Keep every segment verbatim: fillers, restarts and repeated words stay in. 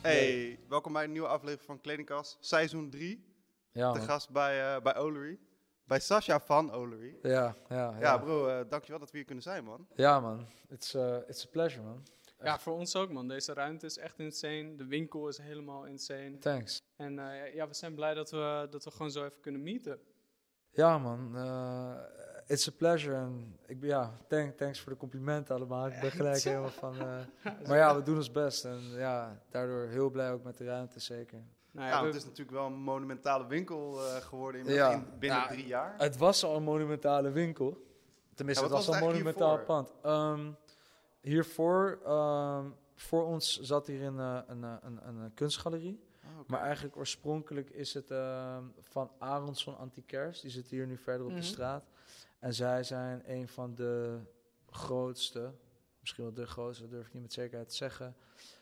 Hey, welkom bij een nieuwe aflevering van Kledingkast, seizoen drie. Ja, De man. gast bij, uh, bij Olery. Bij Sasha van Olery. Ja, ja, ja. Ja, bro, uh, dankjewel dat we hier kunnen zijn, man. Ja, man. It's, uh, it's a pleasure, man. Ja, voor ons ook, man. Deze ruimte is echt insane. De winkel is helemaal insane. Thanks. En uh, ja, we zijn blij dat we, dat we gewoon zo even kunnen meeten. Ja, man. Uh, it's a pleasure. En ik ben, ja, thank, thanks voor de complimenten allemaal. Ik ben gelijk helemaal van... Uh, maar ja, we doen ons best. En ja, daardoor heel blij ook met de ruimte, zeker. Ja, Nou ja, we, het is natuurlijk wel een monumentale winkel uh, geworden in, Ja. in, binnen Ja, drie jaar. Het was al een monumentale winkel. Tenminste, Ja, het wat was was al het een eigenlijk monumentaal pand. Um, hiervoor, um, voor ons zat hier een, uh, een, een, een, een kunstgalerie. Oh, okay. Maar eigenlijk oorspronkelijk is het uh, van Aronson Antiquaires. Die zit hier nu verder op Mm-hmm. de straat. En zij zijn een van de grootste, misschien wel de grootste, durf ik niet met zekerheid te zeggen,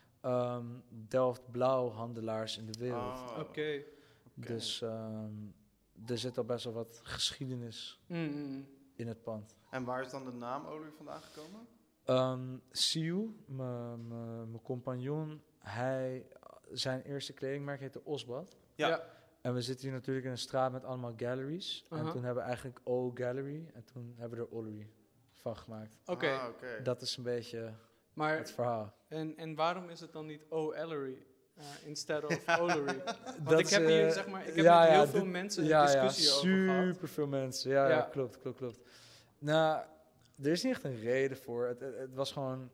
um, Delft-blauw handelaars in de wereld. Oh, Oké. Okay. Dus um, er zit al best wel wat geschiedenis Mm-hmm. in het pand. En waar is dan de naam Olery vandaan gekomen? Um, Siu, mijn compagnon, hij, zijn eerste kledingmerk heette Osbad. Ja. Ja. En we zitten hier natuurlijk in een straat met allemaal galleries. Uh-huh. En toen hebben we eigenlijk O Gallery. En toen hebben we er Olery van gemaakt. Oké, okay. Ah, okay. Dat is een beetje maar het verhaal. En, en waarom is het dan niet O-Ellery uh, instead of Olery? Want Dat ik heb is, hier, uh, zeg maar, ik heb ja, met heel ja, veel dit, mensen een ja, discussie ja, over gehad. super veel mensen. Ja, ja. Ja. ja, klopt, klopt, klopt. Nou, er is niet echt een reden voor. Het, het, het was gewoon...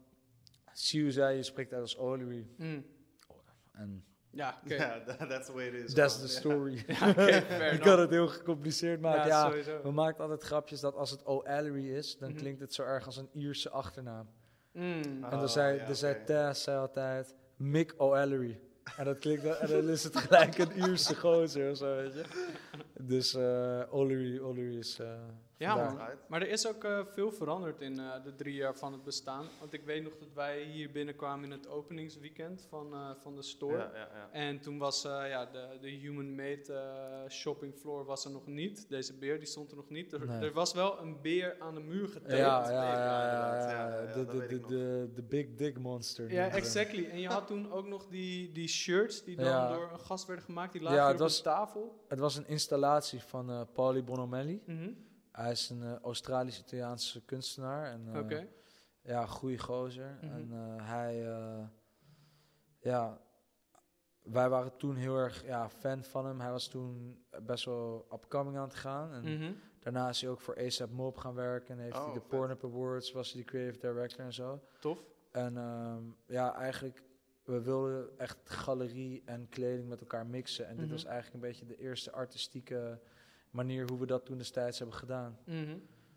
Siu zei, je spreekt uit als Olery. Mm. En... Ja, oké. Okay. Yeah, that's the way it is. That's the story. Ja, okay, fair Ik kan het heel gecompliceerd maken. Ja, Ja, sowieso. we maken altijd grapjes dat als het O-Ellery is, dan Mm-hmm. klinkt het zo erg als een Ierse achternaam. Mm. Ah. En dan zei, ja, dan zei oké. Tess zei altijd Mick O'Ellery. En dat klinkt dan, en dan is het gelijk een Ierse gozer of zo, weet je. Dus uh, Olery, Olery is uh, Ja, vandaar. man. Maar er is ook uh, veel veranderd in uh, de drie jaar van het bestaan. Want ik weet nog dat wij hier binnenkwamen in het openingsweekend van, uh, van de store. Ja, ja, ja. En toen was uh, ja, de, de Human Made uh, shopping floor was er nog niet. Deze beer die stond er nog niet. Er, Nee. er was wel een beer aan de muur Ja, getekend. ja, Ja, ja, ja, inderdaad. ja, Ja, ja, de, dat de, weet de, ik nog. de, de Big Dick Monster. Ja, noemen ze. exactly. En je had toen ook nog die, die shirts die dan Ja. door een gast werden gemaakt. Die lagen Ja, hier het op was- een tafel. Het was een installatie van uh, Pauli Bonomelli. Mhm. Hij is een uh, Australisch-Italiaanse kunstenaar. En, uh, Oké. Okay. Ja, goede gozer. Mhm. En uh, hij, uh, ja, wij waren toen heel erg ja, fan van hem. Hij was toen best wel upcoming aan het gaan. En Mhm. daarna is hij ook voor A$AP Mob gaan werken. En heeft Oh, hij de vet. Pornhub Awards, was hij de creative director en zo. Tof. En um, ja, eigenlijk, we wilden echt galerie en kleding met elkaar mixen. En Mhm. dit was eigenlijk een beetje de eerste artistieke manier hoe we dat toen destijds hebben gedaan. Mhm.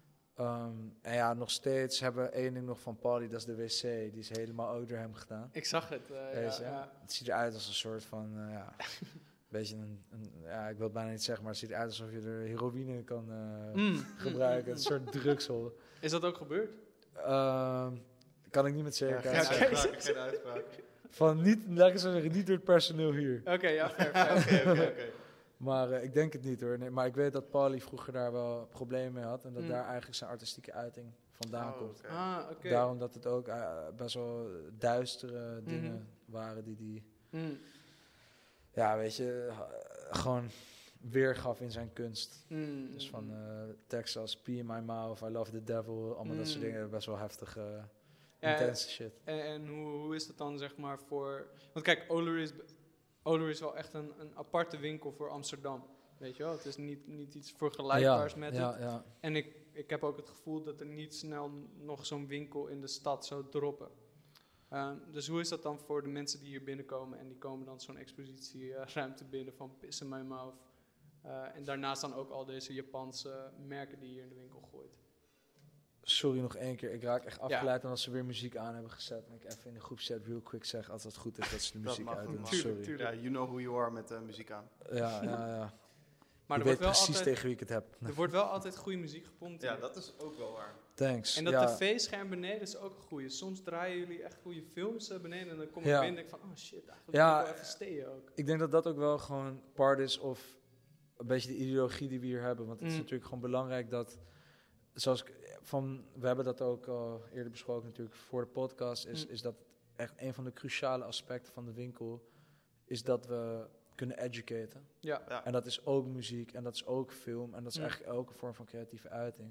Um, en ja, nog steeds hebben we één ding nog van Pauli, dat is de wc. Die is helemaal ook door hem gedaan. Ik zag het. Uh, Deze, ja, ja. Het ziet eruit als een soort van, uh, ja, een beetje een, een, ja, ik wil het bijna niet zeggen, maar het ziet eruit alsof je er heroïne kan uh, Mm. gebruiken. Een soort drugsel. Is dat ook gebeurd? Um, kan ik niet met Ja, zekerheid geen zeggen. uitspraak, geen uitspraak. Van niet, laat ik zo zeggen, niet door het personeel hier. Oké, ja, fair, fair. Oké, oké, oké. Maar uh, ik denk het niet hoor. Nee, maar ik weet dat Pauli vroeger daar wel problemen mee had. En dat Mm. daar eigenlijk zijn artistieke uiting vandaan Oh, komt. oké. Ah, oké. Okay. Daarom dat het ook uh, best wel duistere Mhm. dingen waren die die, Mm. ja weet je, uh, gewoon weergaf in zijn kunst. Mm. Dus van uh, teksten als Pee in my mouth, I love the devil, allemaal dat soort Mm. dingen. Best wel heftige, uh, Ja, intense shit. En, en hoe, hoe is dat dan, zeg maar, voor... Want kijk, Olery is, Olery is wel echt een, een aparte winkel voor Amsterdam. Weet je wel? Het is niet, niet iets vergelijkbaars ja, met ja, het. ja. En ik, ik heb ook het gevoel dat er niet snel nog zo'n winkel in de stad zou droppen. Um, dus hoe is dat dan voor de mensen die hier binnenkomen en die komen dan zo'n expositieruimte binnen van Piss in My Mouth. Uh, en daarnaast dan ook al deze Japanse merken die je hier in de winkel gooit. Sorry nog één keer, ik raak echt afgeleid omdat ze weer muziek aan hebben gezet. En ik even in de groepchat real quick zeg als het goed is dat ze de Dat muziek mag, uitdoen. man. Sorry. Tuurlijk, Ja, you know who you are met de muziek aan. Ja, ja, ja. Maar je er weet wordt, wel precies altijd, tegen wie ik het heb. er wordt wel altijd goede muziek gepompt. Ja, hier. dat is ook wel waar. Thanks. En dat ja. tv-scherm beneden is ook een goeie. Soms draaien jullie echt goede films uh, beneden en dan kom ik Ja. binnen en denk ik van, oh shit, eigenlijk Ja, wil ik wel even stayen ook. Ik denk dat dat ook wel gewoon part is of een beetje de ideologie die we hier hebben. Want het is Mm. natuurlijk gewoon belangrijk dat, zoals ik, van, we hebben dat ook al eerder besproken natuurlijk voor de podcast, is, Mm. is dat echt een van de cruciale aspecten van de winkel is dat we kunnen educaten. Ja. Ja. En dat is ook muziek en dat is ook film en dat is Mm. eigenlijk elke vorm van creatieve uiting.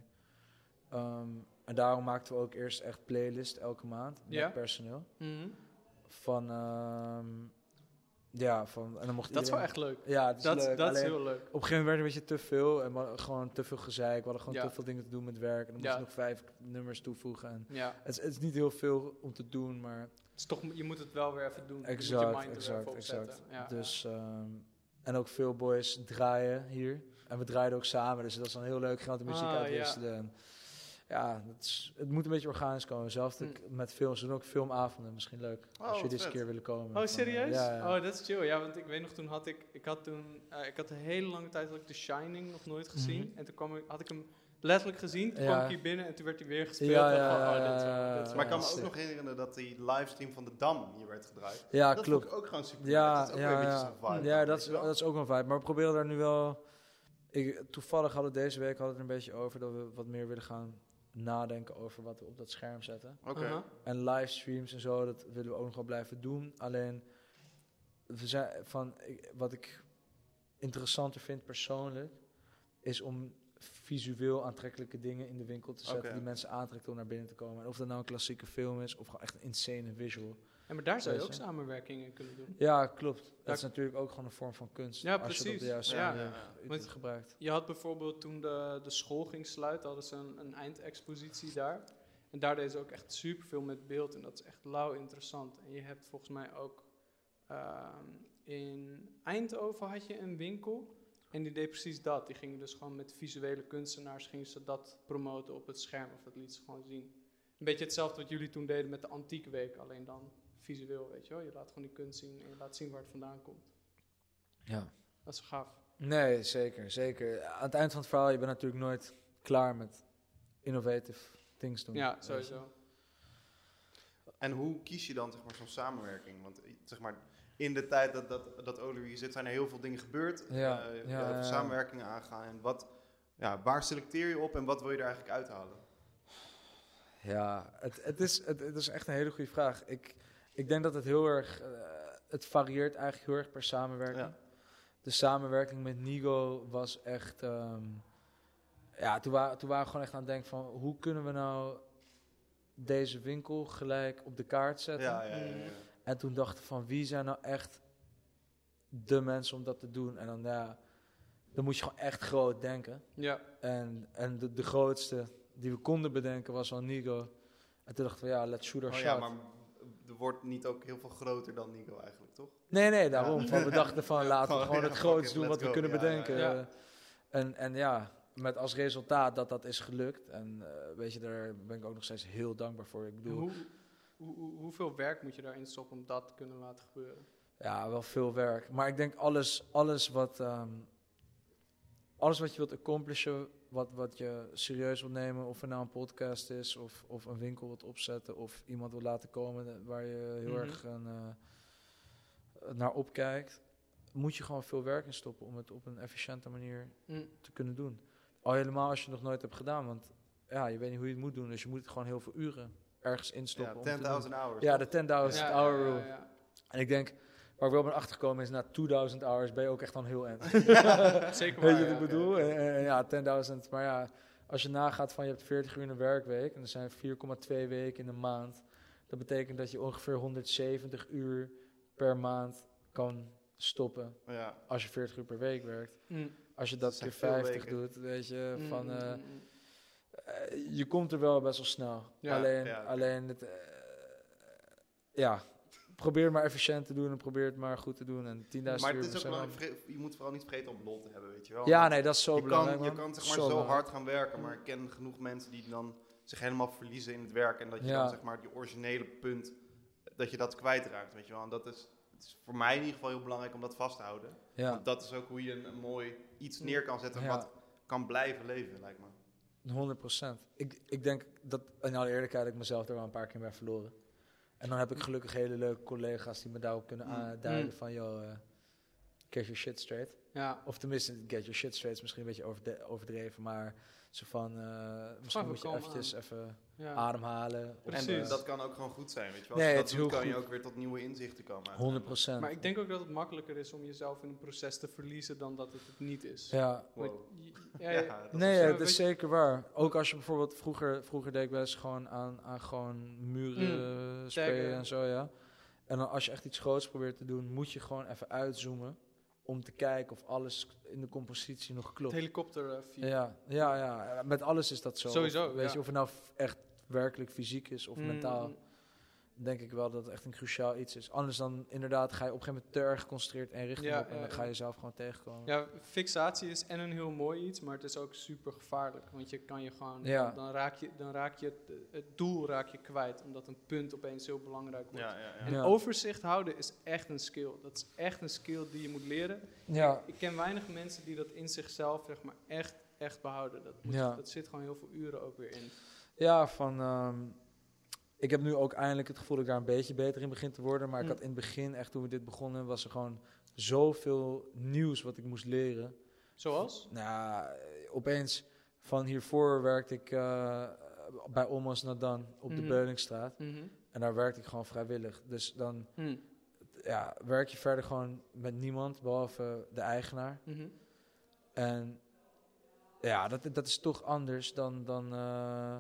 Um, en daarom maakten we ook eerst echt playlist elke maand met Ja. personeel. Mhm. Van, um, ja, van, en dan mocht Dat is wel iedereen- echt leuk. Ja, het is Dat, leuk. dat is Alleen, heel leuk. op een gegeven moment werd het een beetje te veel en we- gewoon te veel gezeik. We hadden gewoon Ja. te veel dingen te doen met werk en dan Ja. moest je nog vijf nummers toevoegen. En Ja. het, is, het is niet heel veel om te doen, maar Het is toch, je moet het wel weer even doen. je moet je exact, mind er weer exact, even op exact. zetten. Ja, Dus, um, en ook veel boys draaien hier. En we draaien ook samen, dus dat is dan heel leuk. Gaan de muziek Ah, uitwisselen. En ja, dat is, het moet een beetje organisch komen. Zelfs Hm. met films, we doen ook filmavonden. Misschien leuk, Oh, als jullie wat eens een vet. keer willen komen. Oh, Van, serieus? ja, ja. Oh, dat is chill. Ja, want ik weet nog, toen had ik... Ik had toen... eh, ik had een hele lange tijd had ik The Shining nog nooit gezien. Mhm. En toen kwam ik, had ik hem letterlijk gezien. Toen Ja. kwam ik hier binnen en toen werd hij weer gespeeld. Ja, En ja, van, oh, ja, dit is wel- ja, dit is ja. Maar ik kan me Ja, ook sick. nog herinneren dat die livestream van de Dam hier werd gedraaid. Ja, dat klopt. vond ik ook gewoon super. Ja, dat is ook ja, weer een beetje ja. zo'n vibe. Ja, weet dat is, je wel? dat is ook een vibe. Maar we proberen daar nu wel... Ik, toevallig hadden we deze week hadden we het er een beetje over dat we wat meer willen gaan nadenken over wat we op dat scherm zetten. Oké. Uh-huh. En livestreams en zo, dat willen we ook nog wel blijven doen. Alleen, we zijn van, ik- wat ik interessanter vind persoonlijk, is om visueel aantrekkelijke dingen in de winkel te zetten Oké. die mensen aantrekt om naar binnen te komen. En of dat nou een klassieke film is of gewoon echt een insane visual. Ja, maar daar zou je Weet ook je. samenwerkingen kunnen doen. Ja, klopt. Dat Ja, is natuurlijk ook gewoon een vorm van kunst. Ja, Als je dat op de precies. juiste Ja. manier Ja, ja, uit- Want- gebruikt. Je had bijvoorbeeld toen de, de school ging sluiten, hadden ze een, een eindexpositie daar. En daar deden ze ook echt superveel met beeld en dat is echt lauw interessant. En je hebt volgens mij ook ehm, in Eindhoven had je een winkel en die deed precies dat. Die gingen dus gewoon met visuele kunstenaars gingen ze dat promoten op het scherm of dat liet ze gewoon zien. Een beetje hetzelfde wat jullie toen deden met de Antiekweek, alleen dan visueel, weet je wel. Je laat gewoon die kunst zien en je laat zien waar het vandaan komt. Ja. Dat is gaaf. Nee, zeker, zeker. Aan het eind van het verhaal, je bent natuurlijk nooit klaar met innovative things doen. Ja, Weet je. sowieso. En hoe kies je dan zeg maar, zo'n samenwerking? Want eh, zeg maar, in de tijd dat, dat, dat Oliver hier zit, zijn er heel veel dingen gebeurd. Ja, Eh, ja, heel ja, veel ja. samenwerkingen aangaan. En wat, ja, waar selecteer je op en wat wil je er eigenlijk uithalen? Ja, het, het, is, het, het is echt een hele goede vraag. Ik, ik denk dat het heel erg, eh, het varieert eigenlijk heel erg per samenwerking. Ja. De samenwerking met Nigo was echt, ehm, ja, toen, wa toen waren we gewoon echt aan het denken van, hoe kunnen we nou deze winkel gelijk op de kaart zetten? Ja, ja, ja, ja. En toen dachten we van, wie zijn nou echt de mensen om dat te doen? En dan, ja, dan moet je gewoon echt groot denken. Ja. En, en de, de grootste die we konden bedenken was al Nigo. En toen dachten we, ja, let's shoot our Oh, shot. ja, maar er wordt niet ook heel veel groter dan Nigo eigenlijk, toch? Nee, nee, daarom. Ja. Van, we dachten van, laten we Gewoon, gewoon ja, het fuck grootste it, doen wat let's we go. kunnen Ja, ja, bedenken. ja. Eh, En, en ja, met als resultaat dat dat is gelukt. En eh, weet je, daar ben ik ook nog steeds heel dankbaar voor. Ik En bedoel, hoe, hoe, hoe- hoeveel werk moet je daarin stoppen om dat te kunnen laten gebeuren? ja, wel veel werk. Maar ik denk alles, alles wat... ehm, alles wat je wilt accomplishen, wat, wat je serieus wilt nemen, of er nou een podcast is, of, of een winkel wilt opzetten, of iemand wil laten komen eh, waar je heel Mhm. erg een, eh, naar opkijkt, moet je gewoon veel werk in stoppen om het op een efficiënte manier Hm. te kunnen doen. Al helemaal als je het nog nooit hebt gedaan, want ja, je weet niet hoe je het moet doen, dus je moet het gewoon heel veel uren ergens instoppen. Ja, om te doen. tenduizend hours. Ja, toch? de tenduizend Ja, hour ja, rule. ja, ja. En ik denk, waar ik wel ben achtergekomen is, na tweeduizend hours ben je ook echt dan heel end. Zeker waar. Weet je ja. wat ik oké, bedoel? oké. En, en ja, tienduizend. Maar ja, als je nagaat van je hebt veertig uur in een werkweek en er zijn vier komma twee weken in een maand. Dat betekent dat je ongeveer honderdzeventig uur per maand kan stoppen Ja. als je veertig uur per week werkt. Hm. Als je Dat dat zijn keer veel vijftig weken. doet, weet je, Hm, van... hm, eh, hm, hm. eh, je komt er wel best wel snel. Ja, alleen, ja, oké. alleen het... eh, ja, probeer het maar efficiënt te doen en probeer het maar goed te doen. En tienduizend Maar uur... het is ook zijn wel- belangrijk, vre- je moet vooral niet vergeten om lol te hebben, weet je wel. Ja, Want nee, dat is zo je belangrijk, kan, je man. kan zeg maar Zo zo, belangrijk. hard gaan werken, maar ik ken genoeg mensen die dan zich helemaal verliezen in het werk. En dat je Ja. dan zeg maar die originele punt, dat je dat kwijtraakt, weet je wel. En dat is, het is voor mij in ieder geval heel belangrijk om dat vast te houden. Ja, Want dat is ook hoe je een, een mooi iets neer kan zetten Ja. wat kan blijven leven, lijkt me. honderd procent. Ik, ik denk dat, in alle eerlijkheid, ik mezelf er wel een paar keer ben verloren. En dan heb ik gelukkig hele leuke collega's die me daarop kunnen Mm. aanduiden Mm. van, joh, eh, get your shit straight. Ja. Of tenminste, get your shit straight is misschien een beetje overde- overdreven, maar zo van, uh, misschien moet je kalm eventjes aan. even Ja. ademhalen. Of, Precies. En uh, dat kan ook gewoon goed zijn, weet je wel. Nee, Als je het dat is doet, heel kan je goed. ook weer tot nieuwe inzichten komen. honderd procent. Maar ik denk ook dat het makkelijker is om jezelf in een proces te verliezen dan dat het het niet is. Ja. Wow. Want je- ja, Ja, ja, dat Nee, is ja, zo. dat is zeker waar. Ook als je bijvoorbeeld vroeger, vroeger deed ik wel eens gewoon aan, aan gewoon muren Mm, sprayen taggen. en zo, ja. En dan als je echt iets groots probeert te doen, moet je gewoon even uitzoomen om te kijken of alles in de compositie nog het klopt. helikopter uh, view. Ja, ja, ja, met alles is dat zo. Sowieso, Of, weet ja. je, of het nou f- echt werkelijk fysiek is of Mm, mentaal, mm. denk ik wel dat het echt een cruciaal iets is. Anders dan inderdaad ga je op een gegeven moment te erg geconcentreerd en richting Ja, op en ja, dan ja. ga je zelf gewoon tegenkomen. Ja, fixatie is en een heel mooi iets, maar het is ook super gevaarlijk. Want je kan je gewoon, Ja. dan raak je, dan raak je het, het doel raak je kwijt, omdat een punt opeens heel belangrijk wordt. Ja, ja, ja. En Ja. overzicht houden is echt een skill. Dat is echt een skill die je moet leren. Ja, Ik ken weinig mensen die dat in zichzelf zeg maar, echt, echt behouden. Dat, moet, Ja. dat zit gewoon heel veel uren ook weer in. ja van... ehm, ik heb nu ook eindelijk het gevoel dat ik daar een beetje beter in begin te worden. Maar ik Mm. had in het begin, echt toen we dit begonnen, was er gewoon zoveel nieuws wat ik moest leren. Zoals? Nou, eh, opeens van hiervoor werkte ik eh, bij Almost Not Done op de Mhm. Beuningstraat. Mhm. En daar werkte ik gewoon vrijwillig. Dus dan Hm. ja, werk je verder gewoon met niemand, behalve de eigenaar. Mhm. En ja, dat, dat is toch anders dan, dan eh,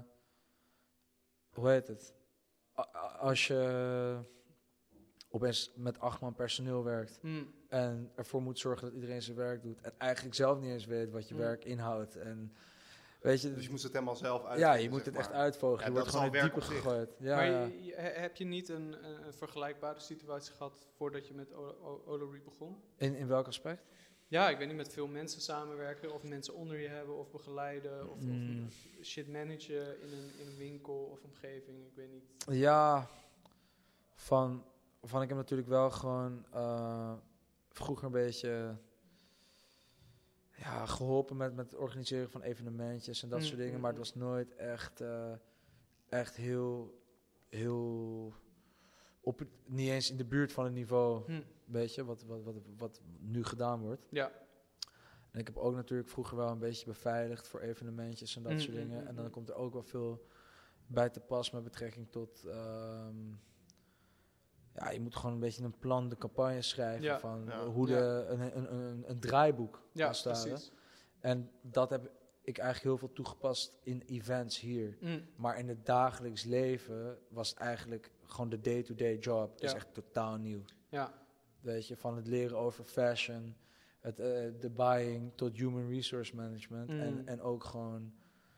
hoe heet het? A- a- Als je opeens met acht man personeel werkt Hm. en ervoor moet zorgen dat iedereen zijn werk doet en eigenlijk zelf niet eens weet wat je Mm. werk inhoudt. En weet je, Dus je moest het helemaal zelf uit. ja, je moet het echt uitvogelen. Ja, je dat wordt is gewoon al in het werk diepe op zich. gegooid. Ja, maar ja. je- je- he- heb je niet een, een, een vergelijkbare situatie gehad voordat je met O- O- Olory begon? In, in welk aspect? Ja, ik weet niet, met veel mensen samenwerken of mensen onder je hebben of begeleiden of, Mm. of shit managen in een, in een winkel of omgeving, ik weet niet. Ja, van, van ik heb natuurlijk wel gewoon eh, vroeger een beetje ja, geholpen met, met het organiseren van evenementjes en dat Mm, soort dingen. mm, Maar het mm. was nooit echt, eh, echt heel, heel op het, niet eens in de buurt van het niveau, Hm. weet je, wat, wat, wat, wat nu gedaan wordt. Ja. En ik heb ook natuurlijk vroeger wel een beetje beveiligd voor evenementjes en dat Mm, soort mm, dingen. mm, En dan mm. komt er ook wel veel bij te pas met betrekking tot... ehm, ja, je moet gewoon een beetje een plan, de campagne schrijven Ja. van Ja. hoe de, Ja. een, een, een, een draaiboek Ja, als het ware. precies. En dat heb ik eigenlijk heel veel toegepast in events hier. Hm. Maar in het dagelijks leven was het eigenlijk gewoon de day-to-day job. is Ja. echt totaal nieuw. Ja. Weet je, van het leren over fashion, het, eh, de buying tot human resource management. Mm. En, en ook gewoon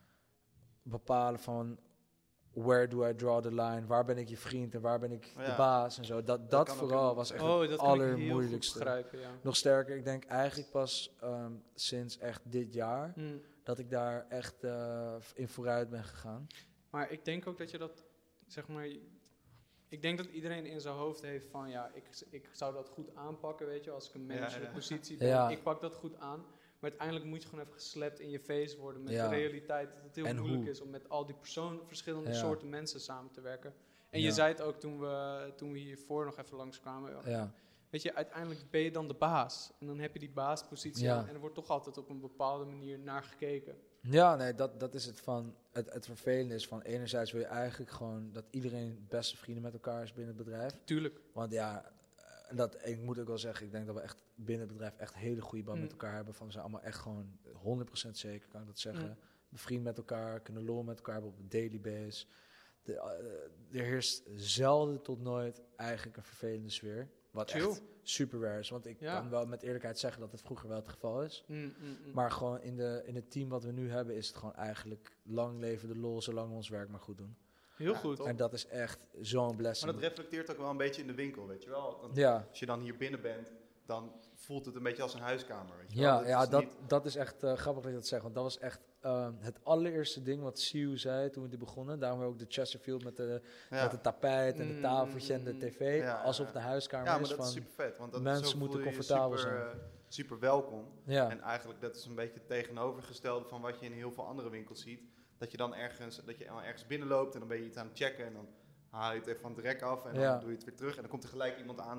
bepalen van where do I draw the line? Waar ben ik je vriend en waar ben ik de Ja. baas en zo. Dat, dat, kan ook vooral een- was echt Oh, het dat kan ik heel goed allermoeilijkste. begrijpen, ja. Nog sterker, ik denk eigenlijk pas ehm, sinds echt dit jaar Hm. dat ik daar echt eh, in vooruit ben gegaan. Maar ik denk ook dat je dat, zeg maar, ik denk dat iedereen in zijn hoofd heeft van, ja, ik, ik zou dat goed aanpakken, weet je, als ik een Ja, manager ja. positie ben, Ja. ik pak dat goed aan. Maar uiteindelijk moet je gewoon even geslept in je face worden met Ja. de realiteit dat het heel En moeilijk hoe? is om met al die persoon, verschillende Ja. soorten mensen samen te werken. En Ja. je zei het ook toen we, toen we hiervoor nog even langskwamen. ja. Ja, Weet je, uiteindelijk ben je dan de baas. En dan heb je die baaspositie Ja. aan, en er wordt toch altijd op een bepaalde manier naar gekeken. ja nee, dat, dat is het van. Het, het vervelende is van enerzijds wil je eigenlijk gewoon dat iedereen beste vrienden met elkaar is binnen het bedrijf. Tuurlijk. Want ja, eh, dat, ik moet ook wel zeggen, ik denk dat we echt binnen het bedrijf echt hele goede band Mm. met elkaar hebben. Van we zijn allemaal echt gewoon honderd procent zeker, kan ik dat zeggen. Mm. Bevriend met elkaar, kunnen lol met elkaar hebben op een daily base. De, eh, er heerst zelden tot nooit eigenlijk een vervelende sfeer. Wat Chill. echt super rare is. Want ik Ja. kan wel met eerlijkheid zeggen dat het vroeger wel het geval is. Mm, mm, mm. Maar gewoon in, de, in het team wat we nu hebben is het gewoon eigenlijk lang leven de lol, zolang we ons werk maar goed doen. Heel Ja, goed. top. En dat is echt zo'n blessing. Maar dat reflecteert ook wel een beetje in de winkel, weet je wel. Want Ja, als je dan hier binnen bent, dan voelt het een beetje als een huiskamer, weet je wel. ja, Dat ja is dat, niet- dat is echt eh, grappig dat je dat zegt. Want dat was echt eh, het allereerste ding wat Siu zei toen we die begonnen. Daarom ook de Chesterfield met, de, ja. met het tapijt en Mm, het tafeltje en de mm, tv. ja, alsof ja. het een huiskamer Ja, maar is dat van... is super vet, want dat mensen zo moeten voel je je comfortabel super, zijn. eh, super welkom. Ja, En eigenlijk, dat is een beetje het tegenovergestelde van wat je in heel veel andere winkels ziet. Dat je dan ergens, dat je dan ergens binnenloopt en dan ben je iets aan het checken en dan haal je het even van het rek af en dan Ja. doe je het weer terug. En dan komt er gelijk iemand aan en die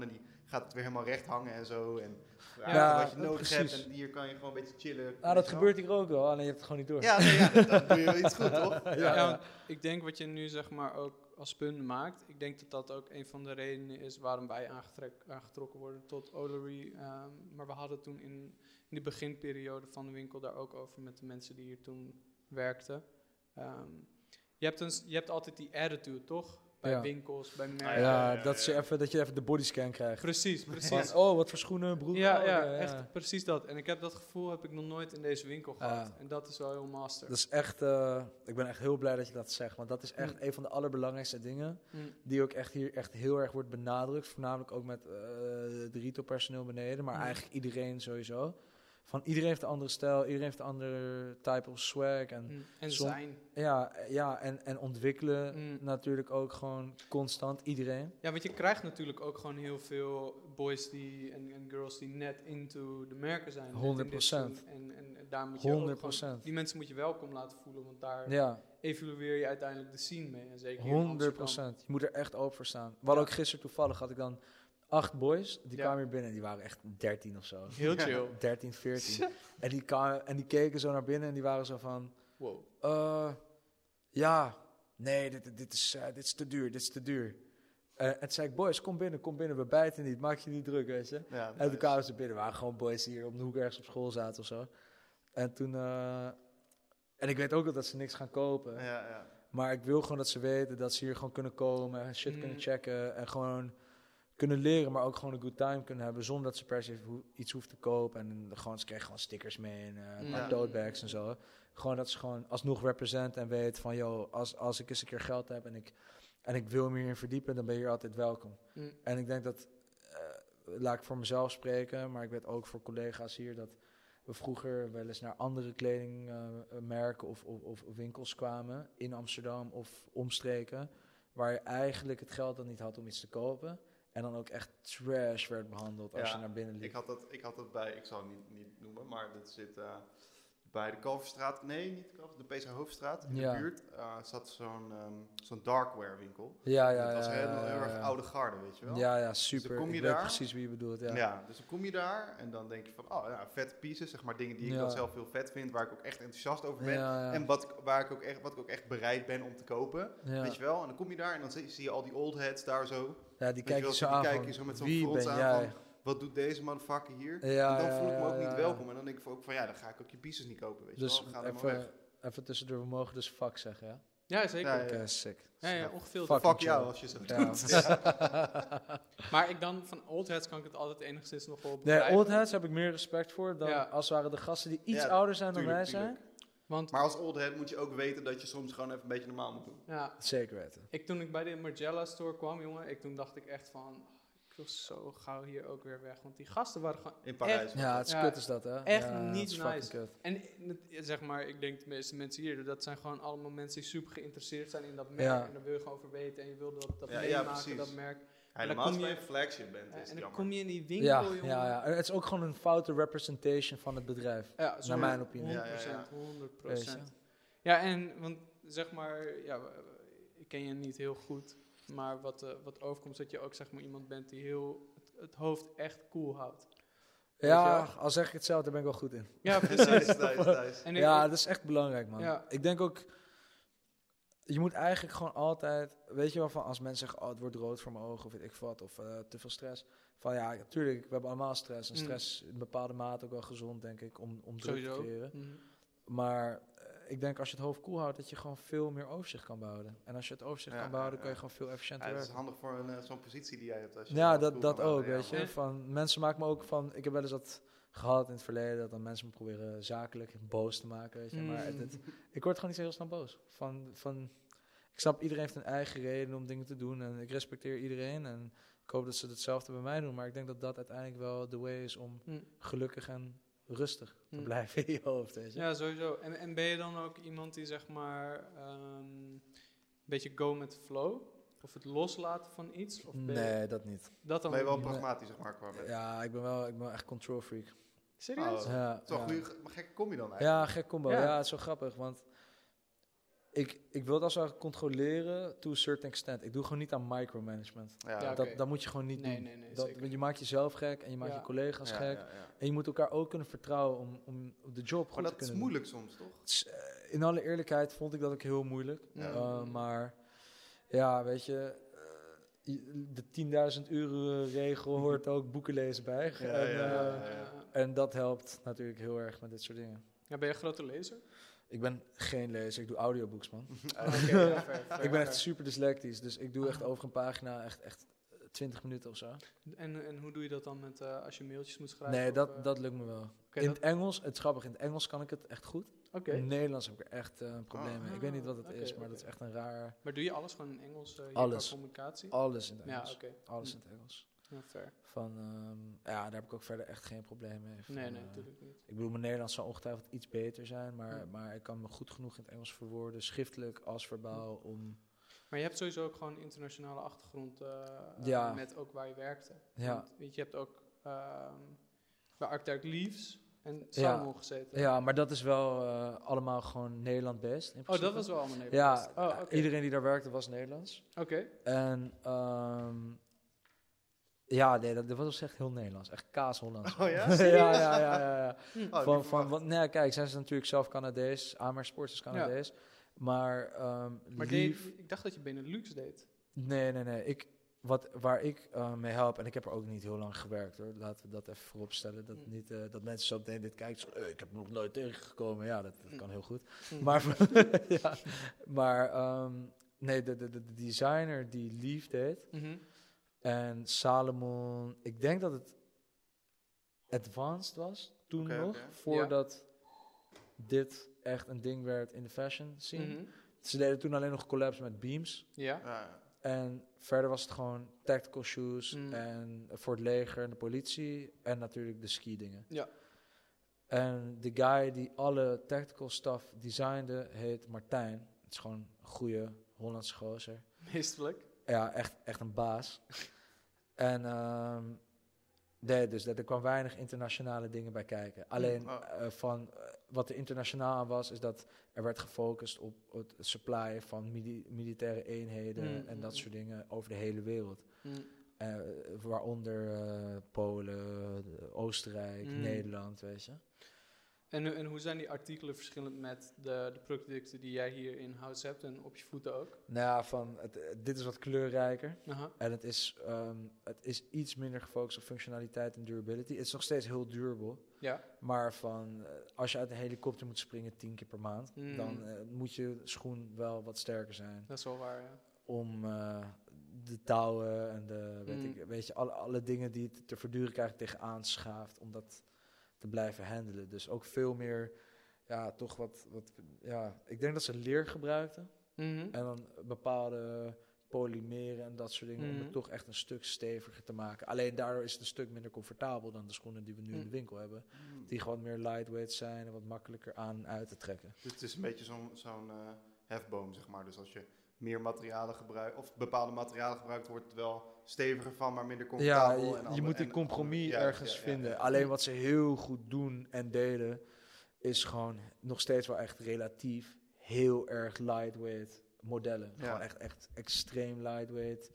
gaat het weer helemaal recht hangen en zo. En Ja, ja, wat je dat nodig precies. hebt en hier kan je gewoon een beetje chillen. Ah, dat gebeurt hier ook wel, alleen je hebt het gewoon niet door. Ja, nee, ja dan, dan doe je wel iets goed, toch? Ja, Ja, ja. want ik denk wat je nu zeg maar ook als punt maakt, ik denk dat dat ook een van de redenen is waarom wij aangetrek- aangetrokken worden tot Olery. Um, maar we hadden toen in, in de beginperiode van de winkel daar ook over met de mensen die hier toen werkten. Um, je, hebt een, s- je hebt altijd die attitude, toch? Bij Ja. winkels, bij merken. ja, Ja, ja, dat, ja. je even, dat je even de bodyscan krijgt. Precies, Van, precies. oh, wat voor schoenen, broek. Ja, oh, ja, oké, echt precies dat. En ik heb dat gevoel heb ik nog nooit in deze winkel gehad. Ja. En dat is wel heel master. Dat is echt, eh, ik ben echt heel blij dat je dat zegt, want dat is echt Mm. een van de allerbelangrijkste dingen. Mm. Die ook echt hier echt heel erg wordt benadrukt. Voornamelijk ook met eh de retailpersoneel beneden, maar Mm. eigenlijk iedereen sowieso. Van iedereen heeft een andere stijl, iedereen heeft een andere type of swag. En, Mm. En som- zijn. ja, ja, en, en ontwikkelen Mm. natuurlijk ook gewoon constant, iedereen. Ja, want je krijgt natuurlijk ook gewoon heel veel boys die, en, en girls die net into de merken zijn. net in dit honderd procent. doen. En, en, en daar moet je ook honderd gewoon, procent. die mensen moet je welkom laten voelen, want daar Ja, evalueer je uiteindelijk de scene mee. En zeker hier in honderd Amsterdam. procent. Je moet er echt open voor staan. We hadden Ja. ook gisteren toevallig, had ik dan acht boys, die Ja. kwamen hier binnen en die waren echt dertien of zo. Heel chill. dertien, veertien. En die, kwamen, en die keken zo naar binnen en die waren zo van... Wow. eh, ja, nee, dit, dit, is, eh, dit is te duur, dit is te duur. Eh, en toen zei ik, boys, kom binnen, kom binnen, we bijten niet, maak je niet druk, weet je. Ja, En toen nice. kwamen ze binnen, waren gewoon boys die hier op de hoek ergens op school zaten of zo. En toen... eh, en ik weet ook wel dat ze niks gaan kopen. Ja, ja. Maar ik wil gewoon dat ze weten dat ze hier gewoon kunnen komen en shit Mm. kunnen checken en gewoon kunnen leren, maar ook gewoon een good time kunnen hebben zonder dat ze per se ho- iets hoeven te kopen. En gewoon, ze kregen gewoon stickers mee en eh, een paar Ja. tote bags en zo. Gewoon dat ze gewoon alsnog representen en weten van, yo, als, als ik eens een keer geld heb en ik, en ik wil me hierin verdiepen, dan ben je hier altijd welkom. Mm. En ik denk dat, eh, laat ik voor mezelf spreken, maar ik weet ook voor collega's hier dat we vroeger wel eens naar andere kledingmerken of, of, of winkels kwamen in Amsterdam of omstreken, waar je eigenlijk het geld dan niet had om iets te kopen. En dan ook echt trash werd behandeld als Ja, je naar binnen liep. Ik had dat, ik had dat bij, ik zal het niet, niet noemen, maar dat zit eh, bij de Kalverstraat, nee, niet de Kalver, de P C Hoofdstraat, in Ja. de buurt, uh, zat zo'n ehm, zo'n darkware winkel. Ja, ja, dat ja. was heel, ja, heel ja, erg ja. oude garde, weet je wel. Ja, ja, super. dan kom je ik weet daar. precies wie je bedoelt, ja. Ja. dus dan kom je daar en dan denk je van, oh ja, vette pieces, zeg maar dingen die ik Ja. dan zelf heel vet vind, waar ik ook echt enthousiast over ben. Ja, ja. En wat, ik- waar ik ook echt, wat ik ook echt bereid ben om te kopen, Ja. weet je wel. En dan kom je daar en dan zie, zie je al die old heads daar zo. Ja, die je kijk wel, je zo die aan kijken van, je zo met zo'n wie frons ben aan jij? van, wat doet deze motherfucker hier? Ja, en dan ja, voel ik me ja, ook ja, niet ja. welkom. En dan denk ik van, ook van, ja, dan ga ik ook je pieces niet kopen, weet je Dus wel. Ga er maar weg. even, even tussendoor, we mogen dus fuck zeggen, ja? Ja, zeker. Ja, Ja, ja. Oké, sick. ja, ongefilterd. Fuck. Fuck jou als je zo Ja. doet. Ja. Maar ik dan, van old heads kan ik het altijd enigszins nog wel Nee, begrijpen. old heads heb ik meer respect voor dan Ja. als waren de gasten die iets Ja, ouder zijn Tuurlijk, dan wij tuurlijk. zijn. Want, Maar als old head moet je ook weten dat je soms gewoon even een beetje normaal moet doen. ja, Zeker weten. ik, toen ik bij de Margiela store kwam, jongen, ik, toen dacht ik echt van, oh, ik wil zo gauw hier ook weer weg. Want die gasten waren gewoon In Parijs. Ja, het is Ja, kut is dat, hè? echt Ja, niet het is fucking nice. kut. En het- zeg maar, ik denk de meeste mensen hier, dat zijn gewoon allemaal mensen die super geïnteresseerd zijn in dat merk. Ja. En daar wil je gewoon over weten en je wil dat, dat Ja, ja, meemaken, precies. dat merk. Helemaal kom als je je- een flagship bent, Ja, is en het dan jammer. kom je in die winkel, Ja, jongen. ja, ja. Het is ook gewoon een foute representation van het bedrijf. Ja, zo Naar mijn opinie. honderd procent, Ja, ja, honderd Weet je? procent. Ja, en want zeg maar, ja, w- w- ik ken je niet heel goed, maar wat, eh, wat overkomt is dat je ook zeg maar iemand bent die heel het, het hoofd echt cool houdt. Weet Ja, je al zeg ik het zelf, daar ben ik wel goed in. Ja, Nice, precies. nice, nice. En ik- Ja, dat is echt belangrijk, man. Ja. Ik denk ook, je moet eigenlijk gewoon altijd, weet je wel, van als mensen zeggen, oh, het wordt rood voor mijn ogen, of weet ik wat, of eh, te veel stress. Van ja, natuurlijk, we hebben allemaal stress. En Mm. stress in bepaalde mate ook wel gezond, denk ik, om, om druk te Sowieso. creëren. Mhm. Maar eh, ik denk als je het hoofd koel houdt, dat je gewoon veel meer overzicht kan behouden. En als je het overzicht Ja, kan behouden, ja, kan je ja. gewoon veel efficiënter Ja, dat is werken. handig voor een, eh, zo'n positie die jij hebt. Als je Ja, het dat, goed dat kan ook, houden, weet ja, je. man. Van, mensen maken me ook van... Ik heb wel eens dat gehad in het verleden, dat dan mensen me proberen zakelijk boos te maken, weet je. Maar het, Mm. het- ik word gewoon niet zo heel snel boos. Van, van, ik snap, iedereen heeft een eigen reden om dingen te doen en ik respecteer iedereen. En ik hoop dat ze hetzelfde bij mij doen. Maar ik denk dat dat uiteindelijk wel de way is om Hm. gelukkig en rustig te Hm. blijven in je hoofd, weet je. Ja, sowieso. En, en ben je dan ook iemand die zeg maar ehm, een beetje go met the flow? Of het loslaten van iets? Of ben je Nee, dat niet. dat dan Ben je wel niet? pragmatisch, zeg maar, qua met. Ja, ik ben wel, ik ben wel echt control freak. Serieus? Oh. Ja, Zo ja. goeie, maar gekke kom je dan Ja, eigenlijk? gek combo. Ja. Ja. het is zo grappig, want ik, ik wil dat zo controleren to a certain extent. Ik doe gewoon niet aan micromanagement. Ja, Ja, Dat, oké. dat moet je gewoon niet Nee, doen. nee, nee, dat, zeker. want je maakt jezelf gek en je maakt Ja. je collega's ja, gek. ja, ja. En je moet elkaar ook kunnen vertrouwen om, om de job goed Maar te dat is kunnen moeilijk soms, toch? doen. Het is, eh, in alle eerlijkheid vond ik dat ook heel moeilijk. Ja. Uh, maar ja, weet je, uh, je- de tienduizend euro regel hoort ook boeken lezen bij. Ja, en, ja, ja, uh, ja. en dat helpt natuurlijk heel erg met dit soort dingen. Ja, ben je een grote lezer? Ik ben geen lezer, ik doe audiobooks, man. Ah, oké, ja, fair, fair, Ik ben echt fair. super dyslectisch, dus ik doe echt Ah. over een pagina echt, echt twintig minuten of zo. En, en hoe doe je dat dan met, uh, als je mailtjes moet schrijven? Nee, of, dat, uh, dat lukt me wel. oké, In dat- het Engels, het is grappig, in het Engels kan ik het echt goed. Oké, In het Nederlands heb ik er echt uh, een probleem Ah. mee. Ik weet niet wat het Oké, is, maar oké. dat is echt een raar... maar doe je alles gewoon in Engels, uh, hier Alles. qua communicatie? Alles in het Ja, Engels. oké. Alles Hm. in het Engels. Ja, fair. Van, ehm, ja, daar heb ik ook verder echt geen probleem mee. Van, Nee, nee, eh, natuurlijk niet. ik bedoel, mijn Nederlands zal ongetwijfeld iets beter zijn, maar, Ja. maar ik kan me goed genoeg in het Engels verwoorden, schriftelijk als verbaal, om... Maar je hebt sowieso ook gewoon een internationale achtergrond uh, Ja. uh, met ook waar je werkte. Ja. Want, weet je, je hebt ook uh, bij Architect Leaves en Ja. Salomon gezeten. Ja, maar dat is wel uh, allemaal gewoon Nederland-based. in Oh, principe. dat was wel allemaal Ja, Nederlands. Oh, oké. iedereen die daar werkte was Nederlands. Oké. En ehm, ja, nee, dat, dat was echt heel Nederlands. Echt kaas-Hollands. Oh ja? ja, ja, ja, ja, ja. Oh, Van, niet van, verwacht. want, nee, kijk, zij zijn natuurlijk zelf Canadees. Amersports is Canadees. Maar, ehm Maar lief... deed- ik dacht dat je Benelux deed. Nee, nee, nee. Ik, wat, waar ik uh, mee help, en ik heb er ook niet heel lang gewerkt hoor. Laten we dat even vooropstellen. Dat, Mm. niet, uh, dat mensen zo meteen dit kijken. Zo, eh, ik heb hem nog nooit tegengekomen. Ja, dat, dat Mm. kan heel goed. Mm. Maar, ja, maar ehm, nee, de, de, de designer die Lief deed. Mhm. En Salomon, ik denk dat het advanced was toen Oké, nog. oké. Voordat dit echt een ding werd in de fashion scene. Mhm. Ze deden toen alleen nog collabs met Beams. Ja. Ja, En verder was het gewoon tactical shoes Mm. en voor het leger en de politie en natuurlijk de ski dingen. Ja. En de guy die alle tactical stuff designde heet Martijn. Het is gewoon een goede Hollandse gozer. Meestelijk. Ja, echt, echt een baas. en ehm, nee, dus er kwam weinig internationale dingen bij kijken. Alleen Oh. eh, van eh, wat er internationaal aan was, is dat er werd gefocust op, op het supply van mili- militaire eenheden Mm, en mm, dat mm. soort dingen over de hele wereld. Mm. Eh, waaronder eh, Polen, de- Oostenrijk, Mm. Nederland, weet je. En, en hoe zijn die artikelen verschillend met de, de producten die jij hier in house hebt en op je voeten ook? Nou ja, van, het, eh, dit is wat kleurrijker. Aha. En het is, ehm, het is iets minder gefocust op functionaliteit en durability. Het is nog steeds heel durable. Ja. Maar van, eh, als je uit een helikopter moet springen tien keer per maand, Mm. dan eh, moet je schoen wel wat sterker zijn. Dat is wel waar, ja. Om eh, de touwen en de, weet, Mm. ik, weet je, alle, alle dingen die het te verduren krijgt tegenaan schaaft, om dat te blijven handelen. Dus ook veel meer, ja, toch wat, wat ja, ik denk dat ze leer gebruikten. Mhm. En dan bepaalde polymeren en dat soort dingen, om Mhm. het toch echt een stuk steviger te maken. Alleen daardoor is het een stuk minder comfortabel dan de schoenen die we nu in de Mm. winkel hebben. Mm. Die gewoon meer lightweight zijn en wat makkelijker aan en uit te trekken. Dus het is een beetje zo'n zo'n eh, hefboom, zeg maar. Dus als je meer materialen gebruikt, of bepaalde materialen gebruikt, wordt het wel steviger van, maar minder Ja, comfortabel. je, en je andere- moet die en compromis andere- ja, ergens ja, ja, vinden. ja. Alleen wat ze heel goed doen en deden, is gewoon nog steeds wel echt relatief heel erg lightweight modellen. Ja. Gewoon echt, echt extreem lightweight.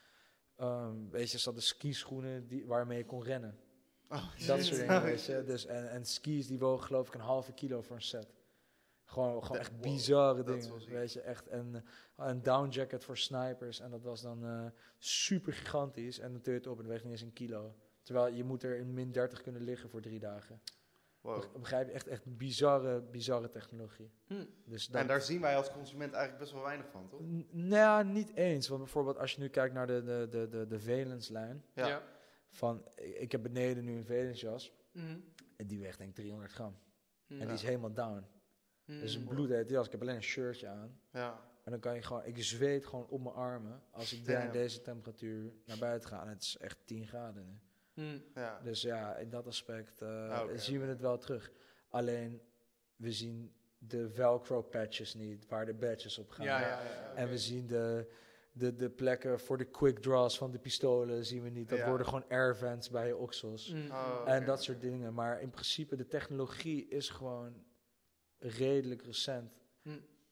Um, weet je, ze hadden skischoenen die, waarmee je kon rennen. Oh, Dat shit. soort dingen, weet je. Dus, en, en skis die wogen geloof ik een halve kilo voor een set. Gewoon, gewoon Dat- echt wow, bizarre dat is wel dingen, ziek. weet je. Echt een, een down jacket voor snipers. En dat was dan eh, super gigantisch. En dan tul je het op en dan weegt niet eens een kilo. Terwijl je moet er in min dertig kunnen liggen voor drie dagen. Wow. Beg- Begrijp je? Echt, echt bizarre, bizarre technologie. Hm. Dus dat, En daar zien wij als consument eigenlijk best wel weinig van, toch? N- nou ja, niet eens. Want bijvoorbeeld als je nu kijkt naar de, de, de, de, de Valence-lijn. Ja. Ja. Van, ik ik heb beneden nu een Valence jas. Mhm. En die weegt denk ik driehonderd gram. Mhm. En die is helemaal down. Mhm. Dus een bloedhete jas. Ik heb alleen een shirtje aan. Ja. En dan kan je gewoon, ik zweet gewoon op mijn armen. Als ik daar in Damn. deze temperatuur naar buiten ga. En het is echt tien graden nu. Mhm. Ja. Dus ja, in dat aspect eh, Ah, oké, zien we oké. het wel terug. Alleen, we zien de velcro patches niet, waar de badges op gaan. Ja, ja, ja, ja, En oké. we zien de, de, de plekken voor de quick draws van de pistolen, zien we niet. Dat Ja. worden gewoon air vents bij je oksels. Mhm. Oh, En oké, dat oké. soort dingen. Maar in principe, de technologie is gewoon redelijk recent. Mhm.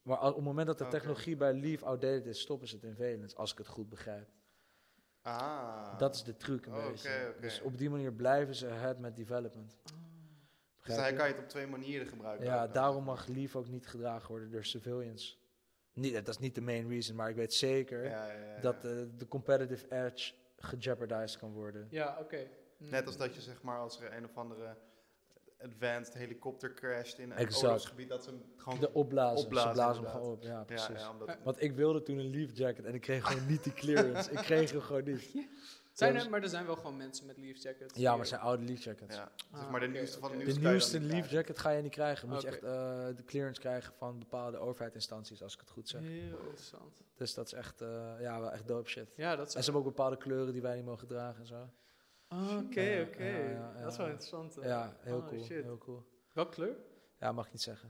Maar al- op het moment dat de Oké. technologie bij Leaf outdated is, stoppen ze het in Valence, als ik het goed begrijp. Ah. Dat is de truc een Oké, beetje. oké. Dus op die manier blijven ze ahead met development. Dus Begrijp hij je? kan je het op twee manieren gebruiken. Ja, ook dan, daarom zeg maar. mag Leaf ook niet gedragen worden door civilians. Niet, dat is niet de main reason, maar ik weet zeker Ja, ja, ja, ja. dat eh, de competitive edge gejeopardized kan worden. Ja, oké. Mm. Net als dat je zeg maar als er een of andere advanced helikopter crasht in een Exact. oorlogsgebied, dat ze hem gewoon... De opblazen, Opblazen, ze blazen hem inderdaad. gewoon op. Ja, ja, precies. ja, omdat, Eh, Want ik wilde toen een Leaf jacket en ik kreeg gewoon niet die clearance. Ik kreeg hem gewoon niet. Zijn Ja, er, dus- maar er zijn wel gewoon mensen met Leaf jackets. Ja, die- maar het zijn oude Leaf jackets. ja, zeg Ah, maar de oké, nieuwste van de oké. nieuwste. De kan je nieuwste dan niet Leaf krijgen. jacket ga je niet krijgen. Moet je Oké. echt eh, de clearance krijgen van bepaalde overheidsinstanties, als ik het goed zeg. Heel interessant. Dus dat is echt, eh, ja, wel echt dope shit. Ja, dat is... En ze hebben ook bepaalde kleuren die wij niet mogen dragen en zo. Ah, Oké, Ja, oké. ja, ja, ja. Dat is wel interessant. eh. Ja, heel Oh, cool. shit. Heel cool. Welke kleur? Ja, mag ik niet zeggen.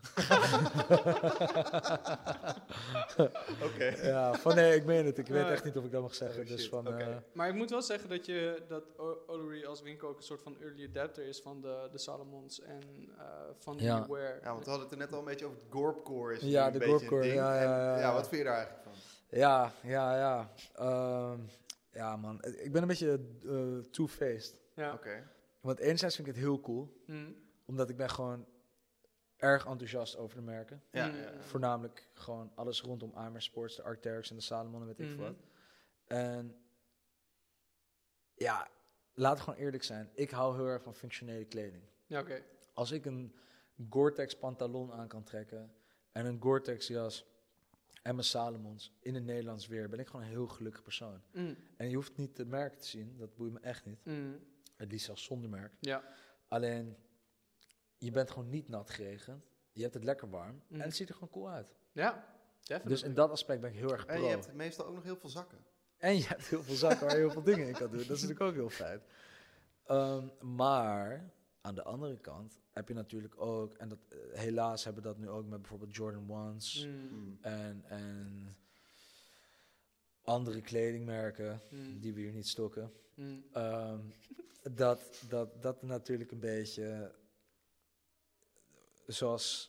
Oké. Ja, van nee, ik meen het. Ik weet Ah, echt niet of ik dat mag zeggen. oh, dus shit, van, oké. eh, Maar ik moet wel zeggen dat, je, dat O- Olery als winkel ook een soort van early adapter is van de, de Salomons en eh, van Ja. die Wear. Ja, want we hadden het er net al een beetje over het Gorpcore. Is Ja, nu de een beetje een Gorpcore, ding. ja, ja, En, ja, ja. wat vind je daar eigenlijk van? ja, ja, ja. Ehm, ja, man. Ik ben een beetje eh, two-faced. Ja. Oké. Want enerzijds vind ik het heel cool. Hm. Omdat ik ben gewoon erg enthousiast over de merken. Ja, Mm. ja. Voornamelijk gewoon alles rondom Amer Sports, de Arc'teryx en de Salomon en weet ik veel Mhm. wat. En ja, laten we gewoon eerlijk zijn. Ik hou heel erg van functionele kleding. Ja, oké. Als ik een Gore-Tex pantalon aan kan trekken en een Gore-Tex jas en mijn Salomons in het Nederlands weer, ben ik gewoon een heel gelukkig persoon. Mm. En je hoeft niet de merk te zien, dat boeit me echt niet. Mm. Het liefst zelfs zonder merk. Ja. Alleen, je bent gewoon niet nat geregend. Je hebt het lekker warm Mm. en het ziet er gewoon cool uit. Ja, definitely. Dus in dat aspect ben ik heel erg pro. En je hebt meestal ook nog heel veel zakken. En je hebt heel veel zakken waar je heel veel dingen in kan doen. Dat is natuurlijk ook heel fijn. Ehm, maar aan de andere kant heb je natuurlijk ook, en dat, eh, helaas hebben we dat nu ook met bijvoorbeeld Jordan Ones Mm. Mm. en, en andere kledingmerken Mm. die we hier niet stokken. Mm. Ehm, dat, dat, dat natuurlijk een beetje, zoals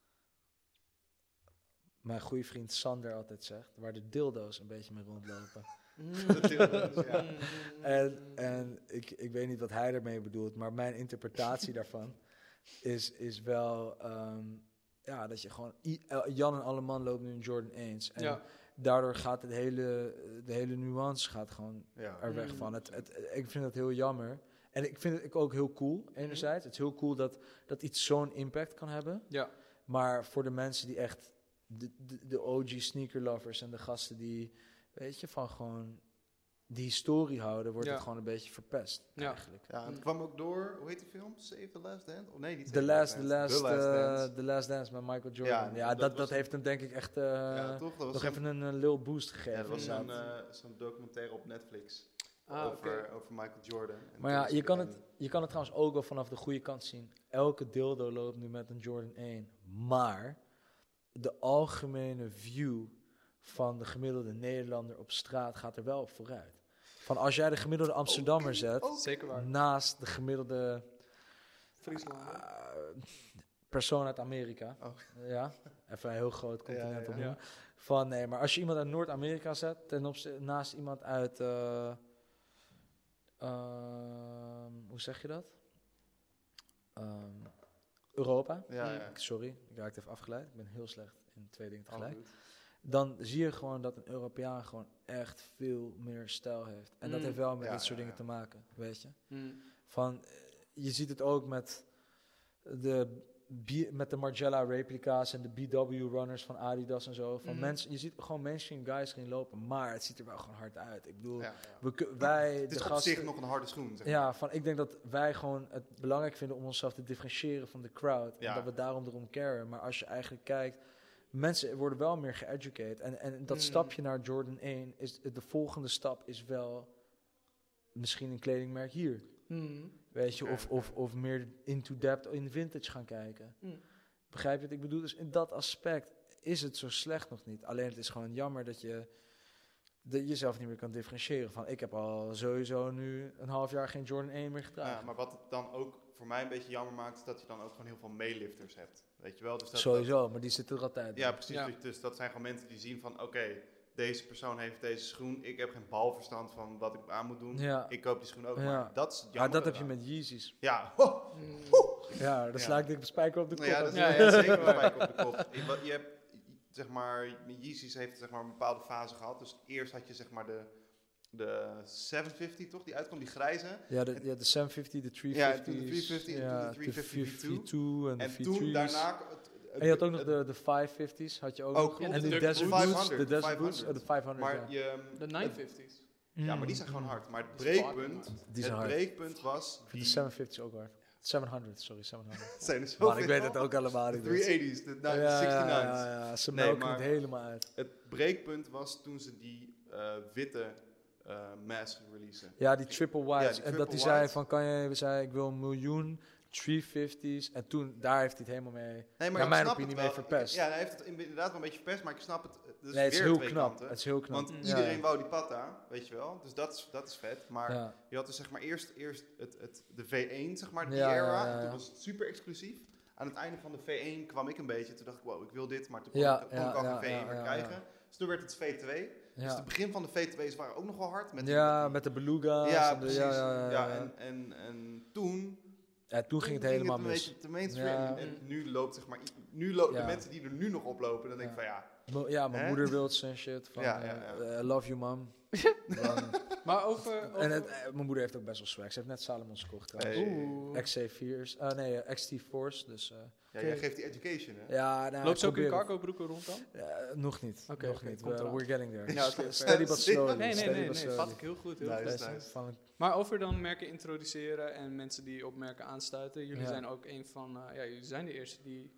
mijn goede vriend Sander altijd zegt, waar de dildo's een beetje mee rondlopen. Mm. De dildo's, ja. Mm. En, en ik, ik weet niet wat hij ermee bedoelt, maar mijn interpretatie daarvan is, is wel ehm, ja, dat je gewoon... I- El- Jan en Alleman lopen nu in Jordan eens. En Ja. daardoor gaat het hele, de hele nuance gaat gewoon Ja. er weg Mm. van. Het, het, ik vind het heel jammer. En ik vind het ook heel cool, enerzijds. Het is heel cool dat, dat iets zo'n impact kan hebben. Ja. Maar voor de mensen die echt... De, de, de O G sneaker lovers en de gasten die... Weet je, van gewoon... Die historie houden, wordt Ja. het gewoon een beetje verpest, Ja. eigenlijk. Ja, en het Mm. kwam ook door, hoe heet die film? Save the Last Dance? Of nee, niet The Save last, the last, The Last eh, Dance. the last Dance met Michael Jordan. Ja, Ja, dat, dat dat, was- heeft hem denk ik echt eh, ja, toch? Dat was nog zo'n- even een, een lil boost gegeven. ja, dat was inderdaad. zo'n eh, zo'n documentaire op Netflix. Ah, over, oké. over Michael Jordan. En Maar toen ja, is je ik kan, een- het, je kan het trouwens ook wel vanaf de goede kant zien. Elke dildo loopt nu met een Jordan één. Maar de algemene view van de gemiddelde Nederlander op straat gaat er wel op vooruit. Van als jij de gemiddelde Amsterdammer Oké, zet, oké. Zeker waar. naast de gemiddelde Friesland. hè? eh, persoon uit Amerika. Oh. Ja, even een heel groot continent Ja, ja, ja. opnoemen. Van nee, maar als je iemand uit Noord-Amerika zet ten opzichte naast iemand uit, eh, ehm, hoe zeg je dat? Ehm, Europa. Ja, ja. Sorry, ik raakte even afgeleid. Ik ben heel slecht in twee dingen Alles tegelijk. goed. Dan zie je gewoon dat een Europeaan gewoon echt veel meer stijl heeft. En dat Mm. heeft wel met Ja, dit soort ja, dingen ja. te maken, weet je. Mm. Van, eh, je ziet het ook met de, B- met de Margiela replica's en de B W runners van Adidas en zo. Van Mhm. mensen, je ziet gewoon mainstream guys erin lopen, maar het ziet er wel gewoon hard uit. Ik bedoel, Ja, ja. we, ku- wij, Het de is op gasten, zich nog een harde schoen. Zeg maar. ja, van, ik denk dat wij gewoon het belangrijk vinden om onszelf te differentiëren van de crowd. En Ja. dat we daarom erom caren. Maar als je eigenlijk kijkt, mensen worden wel meer geeducated. En, en dat Mm. stapje naar Jordan één, is de volgende stap is wel misschien een kledingmerk hier. Mm. Weet je, Oké, of, oké. of, of meer into depth in vintage gaan kijken. Mm. Begrijp je wat ik bedoel? Dus in dat aspect is het zo slecht nog niet. Alleen het is gewoon jammer dat je dat je jezelf niet meer kan differentiëren. Van ik heb al sowieso nu een half jaar geen Jordan één meer gedragen. Ja, maar wat het dan ook voor mij een beetje jammer maakt, is dat je dan ook gewoon heel veel meelifters hebt. Weet je wel? Dus dat, Sowieso, maar die zitten er altijd. Dat, in. ja, precies. Ja. Dus, dus dat zijn gewoon mensen die zien van, oké, okay, deze persoon heeft deze schoen. Ik heb geen balverstand van wat ik aan moet doen. Ja. Ik koop die schoen ook Ja. maar. Dat is het Ja, jammer dat heb je eraan. met Yeezys. Ja. Mm. Ja, dan Ja. sla ik dik spijker op de kop. Nou ja, dat is Ja, ja, ja, zeker zeker een spijker op de kop. Je, wat- je hebt, zeg maar, Yeezys heeft zeg maar een bepaalde fase gehad. Dus eerst had je zeg maar de, de zevenhonderdvijftig, toch? Die uitkwam, die grijze. Ja, de, ja, de zevenhonderdvijftig, de Ja, driehonderdvijftig. toen de driehonderdvijftig en ja, toen de driehonderdvijftig V twee. en de En V toen drie's. daarna... Het, het, En je had ook nog het- de, de vijfhonderdvijftig's, had je ook Oh, nog. klopt. En de de Duck Desert Boots. Boots, de Desert vijfhonderd. Boots, oh, de vijfhonderd, maar ja. je, De negenhonderdvijftig's. ja, maar die zijn Mm. gewoon hard. Maar het Die is fucking breekpunt, hard. Die zijn het hard. breekpunt was... Ik vind de Die zevenhonderdvijftig ook hard. zevenhonderd, sorry, zevenhonderd. het zijn er zoveel. Man, ik weet het ook allemaal De niet. dus. driehonderdtachtig's, de Ja, nou, de ja, zestignine's. ja, ja, ze Nee, melken maar- het helemaal uit. Het breekpunt was toen ze die eh, witte eh mask releasen. Ja, die triple whites. Ja, die en dat triple hij zei whites. van, kan je, zei ik wil een miljoen driehonderdvijftig's. En toen, daar heeft hij het helemaal mee, Nee, naar ik mijn snap opinie, het mee wel. verpest. Ja, hij heeft het inderdaad wel een beetje verpest, maar ik snap het. Dus nee, het is weer heel twee knap. kanten. Het is heel knap. Want Mm. Ja, iedereen ja. wou die patta, weet je wel. Dus dat is, dat is vet. Maar Ja. je had dus zeg maar eerst, eerst het, het, de V één, zeg maar, die Ja, ja, era. ja, En ja. toen was het super exclusief. Aan het einde van de V één kwam ik een beetje. Toen dacht ik, wow, ik wil dit. Maar toen kon Ja, ik, kon ja, ik al ja, geen V één ja, meer ja, krijgen. ja. Dus toen werd het V twee. Dus Ja. het begin van de V twee's waren ook nog wel hard. Met die- Ja, met met de beluga's. Ja, en de, precies. ja, ja, ja, ja. en, en, en toen, Ja, toen ging het helemaal een mis. beetje te mainstream. Ja. En nu loopt zeg maar, i- nu loopt Ja. de mensen die er nu nog oplopen, dan denk ik Ja. van ja. Mo- Ja, mijn Hè? moeder wil het en shit. Van, Ja, eh, ja, ja. eh, I love you, mom. Dan- Maar over... over en het, eh, mijn moeder heeft ook best wel swag. Ze heeft net Salomons gekocht trouwens. Hey. Oeh. X C vier's. Ah nee, eh, X T four's. Dus, eh, Ja, jij geeft die education, hè? ja, nou, Loopt ze ik ook in probeer het. cargo broeken rond dan? Ja, nog niet. Oké, nog oké, niet. komt We- eraan. we're getting there. Ja, oké, Steady but slowly. Nee, nee, steady nee, but nee, slowly. vat ik heel goed. Heel Nice. goed. Best, hè, nice. van- Maar over dan merken introduceren en mensen die op merken aansluiten. Jullie Ja. zijn ook een van, eh, ja, jullie zijn de eerste die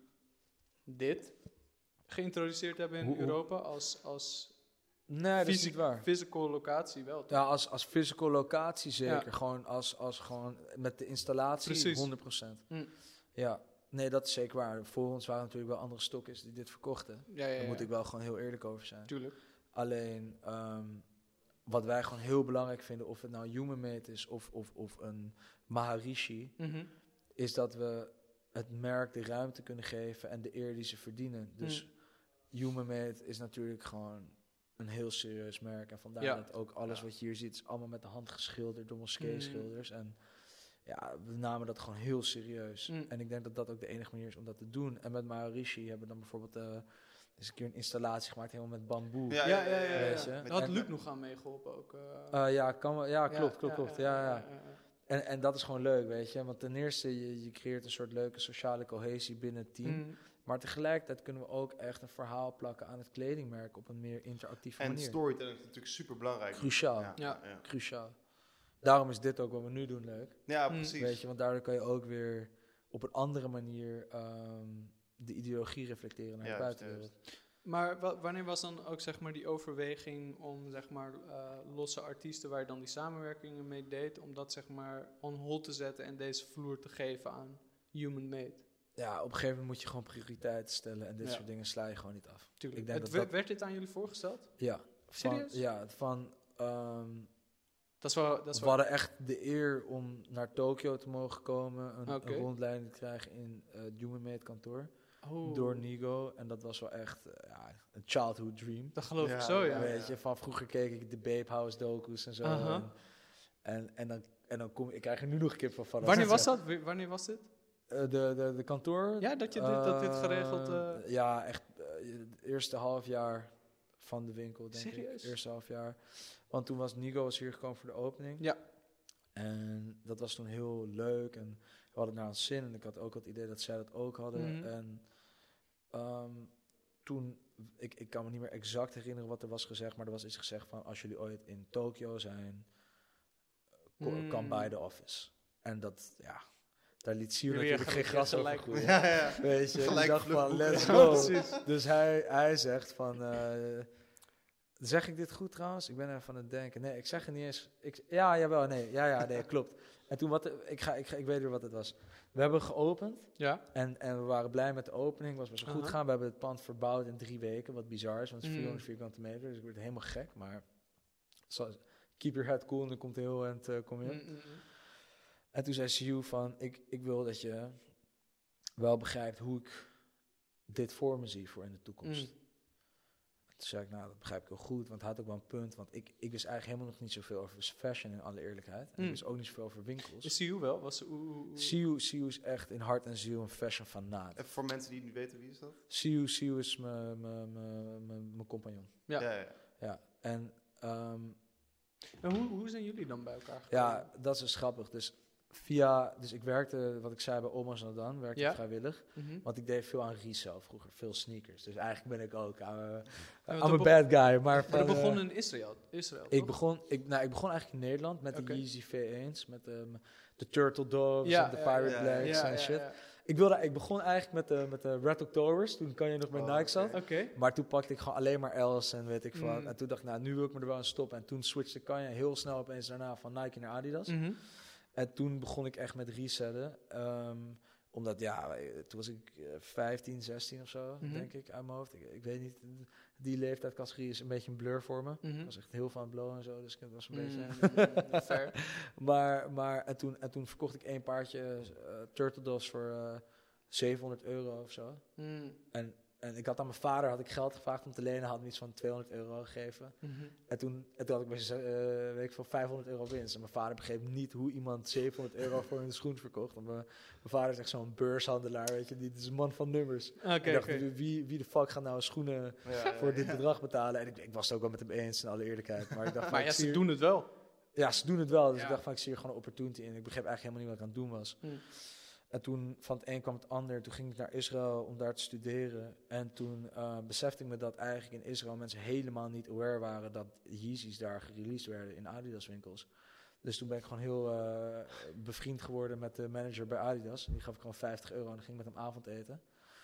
dit geïntroduceerd hebben in Hoe- hoe- Europa als, als Nee, dat is Fysiek- niet waar. physical locatie wel. toch? Ja, als, als physical locatie zeker. Ja. Gewoon als, als gewoon met de installatie Precies. honderd procent. Mm. Ja, nee, dat is zeker waar. Voor ons waren natuurlijk wel andere stokjes die dit verkochten. Ja, ja, Daar ja. moet ik wel gewoon heel eerlijk over zijn. Tuurlijk. Alleen, ehm, wat wij gewoon heel belangrijk vinden, of het nou Human Made is of, of, of een Maharishi, Mhm. is dat we het merk de ruimte kunnen geven en de eer die ze verdienen. Dus Mm. Human Made is natuurlijk gewoon een heel serieus merk. En vandaar Ja. dat ook alles Ja. wat je hier ziet, is allemaal met de hand geschilderd door Mm. moskee-schilders. En ja, we namen dat gewoon heel serieus. Mm. En ik denk dat dat ook de enige manier is om dat te doen. En met Maharishi hebben we dan bijvoorbeeld uh, eens een keer een installatie gemaakt, helemaal met bamboe. Ja, Ja, ja, ja. ja, Weet je? Daar Met- had en- Luc nog aan meegeholpen ook. eh. Uh, ja, kan wel, ja, klopt, klopt, klopt. Ja, ja. ja, ja. En, en dat is gewoon leuk, weet je. Want ten eerste, je, je creëert een soort leuke sociale cohesie binnen het team. Mm. Maar tegelijkertijd kunnen we ook echt een verhaal plakken aan het kledingmerk op een meer interactieve En manier. storytelling is natuurlijk super belangrijk. Cruciaal, Ja, Ja. ja. cruciaal. Daarom is dit ook wat we nu doen leuk. Ja, Mm. precies. Weet je, want daardoor kan je ook weer op een andere manier ehm, de ideologie reflecteren naar Juist, de buitenwereld. Maar wa- wanneer was dan ook zeg maar die overweging om zeg maar eh, losse artiesten waar je dan die samenwerkingen mee deed, om dat zeg maar on hold te zetten en deze vloer te geven aan Human Made? Ja, op een gegeven moment moet je gewoon prioriteiten stellen en dit Ja. soort dingen sla je gewoon niet af. Tuurlijk. Ik denk Het dat we- dat- werd dit aan jullie voorgesteld? Ja. Van, Serieus? ja, van... ehm, Dat is wel. Dat is we wel hadden echt de eer om naar Tokio te mogen komen, een, Oké. een rondleiding te krijgen in het Human Made kantoor oh, door Nigo. En dat was wel echt eh, ja, een childhood dream. Dat geloof Ja, ik zo, ja. ja. Weet je, van vroeger keek ik de Babe House docu's en zo. Aha. En, en, en dan, en dan kom ik krijg er nu nog kip van. van Wanneer was dat? W- Wanneer was dit? Eh, de, de, de kantoor? Ja, dat je dit, dat dit geregeld. Eh, eh, Ja, echt eh, het eerste half jaar van de winkel, denk Serieus? ik. Eerste half jaar. Want toen was Nigo was hier gekomen voor de opening. Ja. En dat was toen heel leuk. En we hadden naar ons zin. En ik had ook het idee dat zij dat ook hadden. Mhm. En ehm, toen, ik, ik kan me niet meer exact herinneren wat er was gezegd. Maar er was iets gezegd van, als jullie ooit in Tokio zijn, ko- Mm. come by the office. En dat, ja, daar liet Sier Jullie natuurlijk geen gelijk- gras over gelijk- groeien. Ja, ja. Weet je, ik Gelijk dacht van, vluchtboeken. let's Ja, go. precies. Dus hij, hij zegt van, eh, zeg ik dit goed trouwens? Ik ben even aan het denken. Nee, ik zeg het niet eens. Ik, ja, jawel, nee, ja, ja, nee, klopt. En toen, wat, ik, ga, ik, ga, ik weet weer wat het was. We hebben geopend Ja. en, en we waren blij met de opening. Het was best wel goed Aha. gegaan. We hebben het pand verbouwd in drie weken, wat bizar is, want het is Mm. vierhonderd vierkante meter. Dus ik word helemaal gek, maar zo, keep your head cool en dan komt heel en uh, kom je. Mm, mm, mm. En toen zei C U van, ik, ik wil dat je wel begrijpt hoe ik dit voor me zie voor in de toekomst. Mm. Toen zei ik, nou, dat begrijp ik heel goed, want hij had ook wel een punt. Want ik, ik wist eigenlijk helemaal nog niet zoveel over fashion, in alle eerlijkheid. En Mm. ik wist ook niet zoveel over winkels. Is C U wel? Was, hoe, hoe, hoe- C U, C U is echt in hart en ziel een fashion fanaat. Even voor mensen die niet weten, wie is dat? C U, C U is mijn- mijn- mijn mijn- mijn compagnon. Ja. ja, ja. Ja, en ehm, En hoe, hoe zijn jullie dan bij elkaar gekomen? ja, dat is dus grappig. Dus via, dus ik werkte, wat ik zei bij Omas Nadan, werkte Ja. ik vrijwillig. Mhm. Want ik deed veel aan resale vroeger, veel sneakers. Dus eigenlijk ben ik ook aan Ja, I'm want a dat bad guy. Maar Maar van, dat begon eh, in Israël, Israël ik toch? begon, ik, nou, ik begon eigenlijk in Nederland met Oké. de Yeezy V één's, met de, de Turtle Doves Ja, en de ja, Pirate ja, Blacks Ja, en ja, shit. ja. Ik, wilde, ik begon eigenlijk met de, met de Red Octobers, toen kan je nog bij Oh, Nike oké. zat. Oké. Maar toen pakte ik gewoon alleen maar L's en weet ik veel wat. Mm. En toen dacht ik, nou, nu wil ik me er wel aan stoppen. En toen switchte Kanye heel snel opeens daarna van Nike naar Adidas. Mhm. En toen begon ik echt met resellen. Ehm, omdat, ja, eh, toen was ik eh, vijftien, zestien of zo, Mhm. denk ik, uit mijn hoofd. Ik, ik weet niet, die leeftijdscategorie is een beetje een blur voor me. Mhm. Ik was echt heel veel aan het blowen en zo, dus ik was een Mm, beetje... fair. maar, maar en, toen, en toen verkocht ik één paardje eh Turtle Doves voor eh, zevenhonderd euro of zo. Mm, En, en ik had aan mijn vader had ik geld gevraagd om te lenen, had hem iets van tweehonderd euro gegeven. mhm. En toen, en toen had ik bij z'n, eh, weet ik veel, vijfhonderd euro winst. En mijn vader begreep niet hoe iemand zevenhonderd euro voor een schoen verkocht. Want mijn, mijn vader is echt zo'n beurshandelaar, weet je. Die is een man van nummers. Oké, ik dacht, oké. wie, wie de fuck gaat nou schoenen Ja, ja, voor dit ja. bedrag betalen? En ik, ik was het ook wel met hem eens, in alle eerlijkheid. Maar ik dacht, van, Maar ik ja, zie ze hier- doen het wel. ja, ze doen het wel. Dus Ja. ik dacht van, ik zie hier gewoon een opportunity in. Ik begreep eigenlijk helemaal niet wat ik aan het doen was. Mm. En toen van het een kwam het ander. Toen ging ik naar Israël om daar te studeren. En toen eh, besefte ik me dat eigenlijk in Israël mensen helemaal niet aware waren dat Yeezys daar gereleased werden in Adidas winkels. Dus toen ben ik gewoon heel eh, bevriend geworden met de manager bij Adidas. En die gaf ik gewoon vijftig euro en dan ging ik met hem avondeten.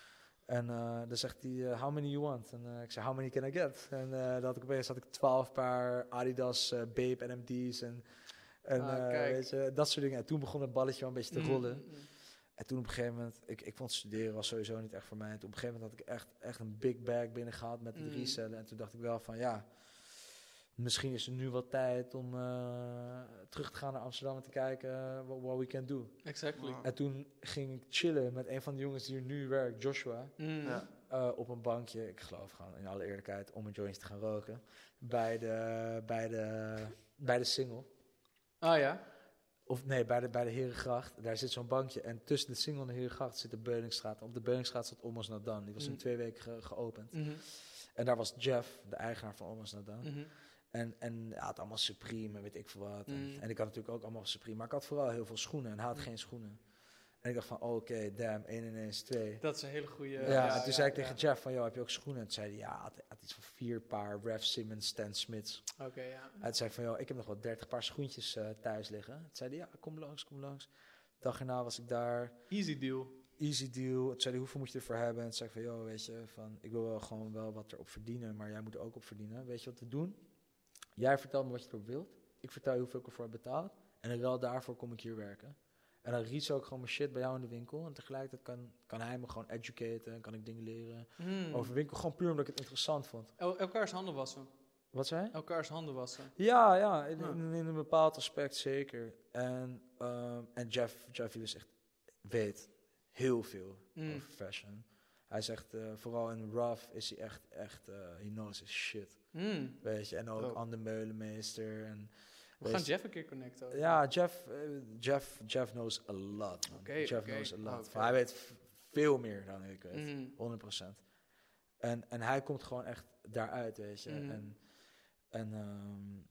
En eh, dan zegt hij, eh, how many you want? En eh, ik zei, how many can I get? En eh dat had ik opeens had ik twaalf paar Adidas eh, Babe N M D's en, en Ah, eh, kijk. weet je, dat soort dingen. En toen begon het balletje wel een beetje te Mm, rollen. mm, mm. En toen op een gegeven moment, ik, ik vond studeren was sowieso niet echt voor mij. En toen op een gegeven moment had ik echt, echt een big bag binnengehaald met het Mm. resellen. En toen dacht ik wel van ja, misschien is er nu wel tijd om eh, terug te gaan naar Amsterdam en te kijken eh, what, what we can do. Exactly. Wow. En toen ging ik chillen met een van de jongens die er nu werkt, Joshua. Mm. Ja. eh, op een bankje, ik geloof gewoon in alle eerlijkheid, om een jointje te gaan roken. Bij de, bij de, bij de Single. Ah ja? Of nee, bij de, bij de Herengracht. Daar zit zo'n bankje. En tussen de Single en de Herengracht zit de Beuningstraat. Op de Beuningstraat zat Omas Nadan. Die was in Mm. twee weken ge- geopend. Mhm. En daar was Jeff, de eigenaar van Omas Nadan. Mhm. En, en hij had allemaal Supreme en weet ik veel wat. En, Mm. en ik had natuurlijk ook allemaal Supreme. Maar ik had vooral heel veel schoenen. En hij had Mm. geen schoenen. En ik dacht van, oh, oké, damn, één en één is twee. Dat is een hele goede... ja, en toen zei ik ja. tegen Jeff van, joh, heb je ook schoenen? En toen zei hij, ja, hij had, had iets van vier paar Raf Simons, Stan Smiths. Oké, ja. Hij zei van, joh, ik heb nog wel dertig paar schoentjes eh, thuis liggen. Toen zei hij, ja, kom langs, kom langs. De dag erna was ik daar, Easy deal. easy deal. Toen zei hij, hoeveel moet je ervoor hebben? En toen zei ik van, joh, weet je, van, ik wil wel gewoon wel wat erop verdienen, maar jij moet er ook op verdienen. Weet je wat we doen? Jij vertelt me wat je erop wilt. Ik vertel je hoeveel ik ervoor heb betaald. En in ruil daarvoor kom ik hier werken. En dan reach ook gewoon mijn shit bij jou in de winkel. En tegelijkertijd kan, kan hij me gewoon educaten en kan ik dingen leren Mm. over winkel. Gewoon puur omdat ik het interessant vond. El- elkaars handen wassen. Wat zei hij? Elkaars handen wassen. Ja, ja, in, Ja. in, in een bepaald aspect zeker. En, ehm, en Jeff, Jeff is echt, weet heel veel Mm. over fashion. Hij zegt, eh, vooral in Rough is hij echt, echt, eh he knows his shit. Mm. Weet je, en ook Dope. Ander Meulemeester. En, We weet gaan je- Jeff een keer connecten. ook. Ja, Jeff, eh, Jeff, Jeff knows a lot. Man. Oké, Jeff oké. knows a lot. Oké. Van, hij weet v- veel meer dan ik weet. Mhm. honderd procent. En, en hij komt gewoon echt daaruit, weet je. Mhm. En, en ehm,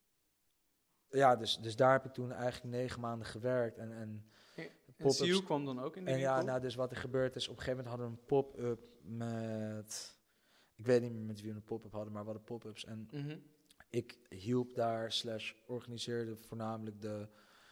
ja, dus, dus daar heb ik toen eigenlijk negen maanden gewerkt. En, en, En pop-ups. C U kwam dan ook in de en ja, winkel? nou, dus wat er gebeurd is, op een gegeven moment hadden we een pop-up met... Ik weet niet meer met wie we een pop-up hadden, maar we hadden pop-ups. En Mhm. ik hielp daar, slash organiseerde voornamelijk de,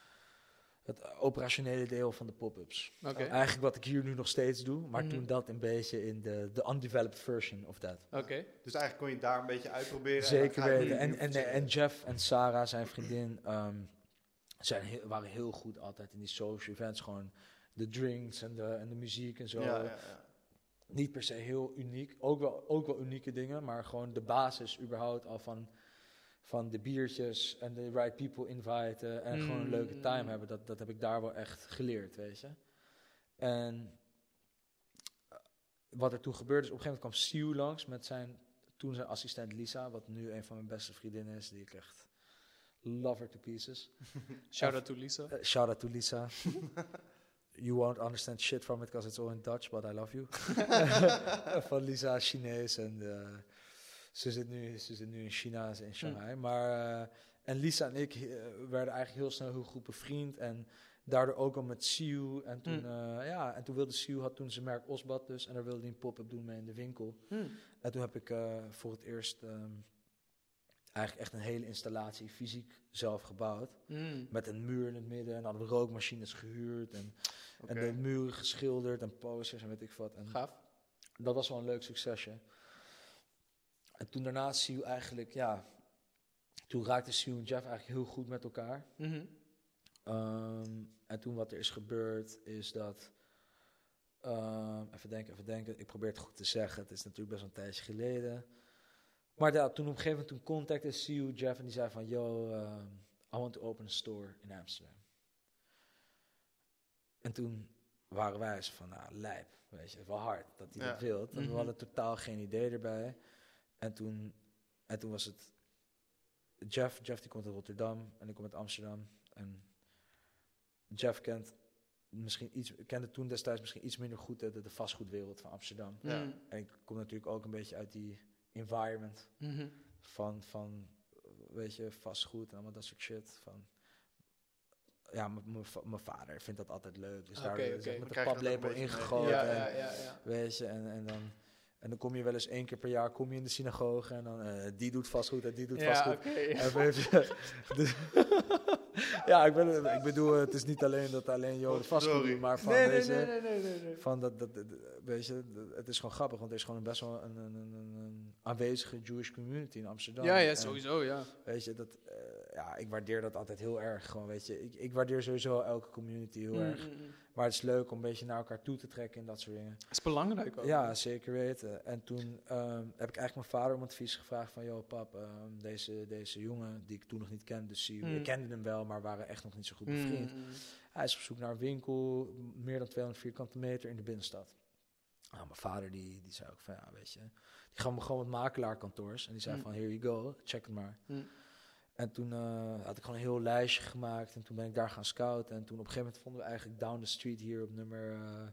het operationele deel van de pop-ups. Oké. Eigenlijk wat ik hier nu nog steeds doe, maar Mhm. toen dat een beetje in de, de undeveloped version of that. Oké. Dus eigenlijk kon je het daar een beetje uitproberen. Zeker en dan ga je weten. nu En, en, vertellen. en Jeff en Sarah, zijn vriendin, ehm, zijn heel, waren heel goed altijd in die social events. Gewoon de drinks en de, en de muziek en zo. Ja, ja, ja. Niet per se heel uniek. Ook wel, ook wel unieke dingen, maar gewoon de basis überhaupt al van van de biertjes en de right people inviten en Mm. gewoon een leuke time hebben. Dat, dat heb ik daar wel echt geleerd, weet je. En uh, wat er toen gebeurde is, op een gegeven moment kwam Siu langs met zijn, toen zijn assistent Lisa, wat nu een van mijn beste vriendinnen is, die ik echt love her to pieces. Shout out to Lisa. Uh, shout out to Lisa. You won't understand shit from it because it's all in Dutch, but I love you. Van Lisa, Chinees en uh, ze, zit nu, ze zit nu in China, ze in Shanghai. Mm. Maar, uh, en Lisa en ik uh, werden eigenlijk heel snel heel goed bevriend en daardoor ook al met Siu. En toen, mm. uh, ja, en toen wilde Siu, had toen zijn merk Osbad dus, en daar wilde hij een pop-up doen mee in de winkel. Mm. En toen heb ik uh, voor het eerst um, eigenlijk echt een hele installatie fysiek zelf gebouwd. Mm. Met een muur in het midden en hadden we rookmachines gehuurd en, okay. en de muren geschilderd en posters en weet ik wat. En gaaf. Dat was wel een leuk succesje. En toen daarna Siu eigenlijk, ja, toen raakten Siu en Jeff eigenlijk heel goed met elkaar. Mm-hmm. Um, en toen wat er is gebeurd is dat, um, even denken, even denken, ik probeer het goed te zeggen, het is natuurlijk best wel een tijdje geleden. Maar ja, toen op een gegeven moment toen contacte Siu Jeff en die zei van, yo, uh, I want to open a store in Amsterdam. En toen waren wij zo van, nou, lijp, weet je, wel hard dat hij ja. dat wil. Mm-hmm. We hadden totaal geen idee erbij. En toen, en toen was het Jeff, Jeff die komt uit Rotterdam en ik kom uit Amsterdam. En Jeff kent misschien iets, kende toen destijds misschien iets minder goed de, de vastgoedwereld van Amsterdam. Ja. En ik kom natuurlijk ook een beetje uit die environment mm-hmm. van, van, weet je, vastgoed en allemaal dat soort shit. Van, ja, mijn vader vindt dat altijd leuk. Dus okay, daar okay. Zeg, met de paplepel ingegooid. Ja, ja, ja, ja. Weet je, en, en dan... En dan kom je wel eens één keer per jaar kom je in de synagoge en dan uh, die doet vastgoed en die doet ja, vastgoed. Okay. En je, dus ja, ik, ben, ik bedoel, het is niet alleen dat alleen Joden vastgoed doen, maar van, nee, weet nee, je, nee, nee, nee, nee. van dat, dat, dat, weet je, het is gewoon grappig, want er is gewoon best wel een, een, een, een aanwezige Jewish community in Amsterdam. Ja, ja, sowieso, en, ja. Weet je, dat, uh, ja, ik waardeer dat altijd heel erg, gewoon, weet je. Ik, ik waardeer sowieso elke community heel mm, erg. Mm, mm. Maar het is leuk om een beetje naar elkaar toe te trekken en dat soort dingen. Dat is belangrijk ook. Ja, zeker weten. En toen um, heb ik eigenlijk mijn vader om advies gevraagd van... Yo, pap, um, deze, deze jongen die ik toen nog niet kende, dus zie, mm. ik kende hem wel, maar waren echt nog niet zo goed bevriend. Mm. Hij is op zoek naar een winkel, meer dan tweehonderd vierkante meter in de binnenstad. Nou, mijn vader die, die zei ook van, ja, weet je... Die gaf me gewoon wat makelaarkantoors en die zei mm. van, here you go, check het maar. Mm. En toen uh, had ik gewoon een heel lijstje gemaakt. En toen ben ik daar gaan scouten. En toen op een gegeven moment vonden we eigenlijk down the street hier op nummer uh,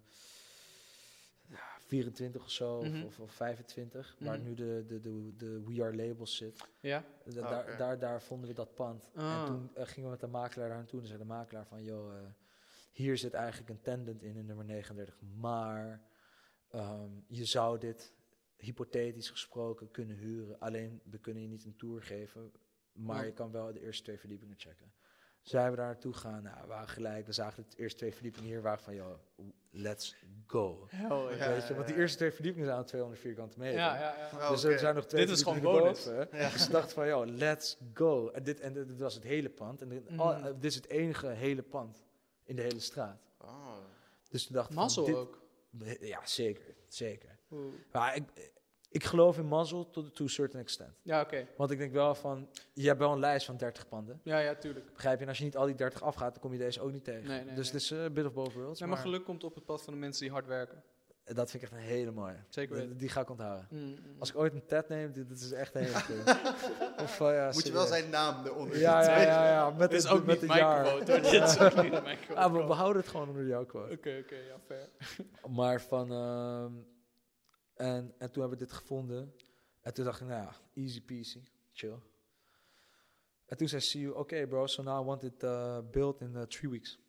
ja, vierentwintig of zo. Mm-hmm. Of, of vijfentwintig. Mm-hmm. Waar nu de, de, de, de We Are Labels zit. Ja? Da- oh, daar, okay. daar, daar vonden we dat pand. Oh. En toen uh, gingen we met de makelaar daar naartoe. En zei de makelaar van, joh, uh, hier zit eigenlijk een tendant in in nummer negenendertig. Maar um, je zou dit hypothetisch gesproken kunnen huren. Alleen, we kunnen je niet een tour geven... Maar je kan wel de eerste twee verdiepingen checken. Zijn we daar naartoe gegaan? Nou, we waren gelijk. We zagen de eerste twee verdiepingen hier. We waren van, joh, let's go. Hell, ja, weet je? Want die eerste twee verdiepingen zijn aan tweehonderd vierkante meter. Ja, ja, ja. Oh, dus okay. er zijn nog twee dit verdiepingen is gewoon boven. Ja. Dus ik dacht van, joh, let's go. En dit, en dit was het hele pand. En dit, mm. al, dit is het enige hele pand in de hele straat. Oh. Dus toen dacht ik mazzel dit, ook. Ja, zeker. Zeker. Oeh. Maar ik... Ik geloof in mazzel tot to a certain extent. Ja, oké. Okay. Want ik denk wel van, je hebt wel een lijst van dertig panden. Ja, ja, tuurlijk. Begrijp je? En als je niet al die dertig afgaat, dan kom je deze ook niet tegen. Nee, nee, dus nee. het is een uh, bit of both worlds. Ja, maar, maar geluk komt op het pad van de mensen die hard werken. Dat vind ik echt een hele mooie. Zeker weten. Die, die ga ik onthouden. Mm, mm. Als ik ooit een tat neem, dit, dit is echt een hele goeie. Of, uh, ja, moet je wel zijn naam eronder ja, ja, ja, ja. Met dit is het, ook met niet het mijn jaar. quote. Dit is ook niet mijn quote. Ah, we behouden het gewoon onder jouw quote. Oké, okay, oké, okay, ja, fair. Maar van... Uh, en, en toen hebben we dit gevonden... En toen dacht ik, nou ja, easy peasy, chill. En toen zei Siu, oké okay, bro, so now I want it uh, built in uh, three weeks.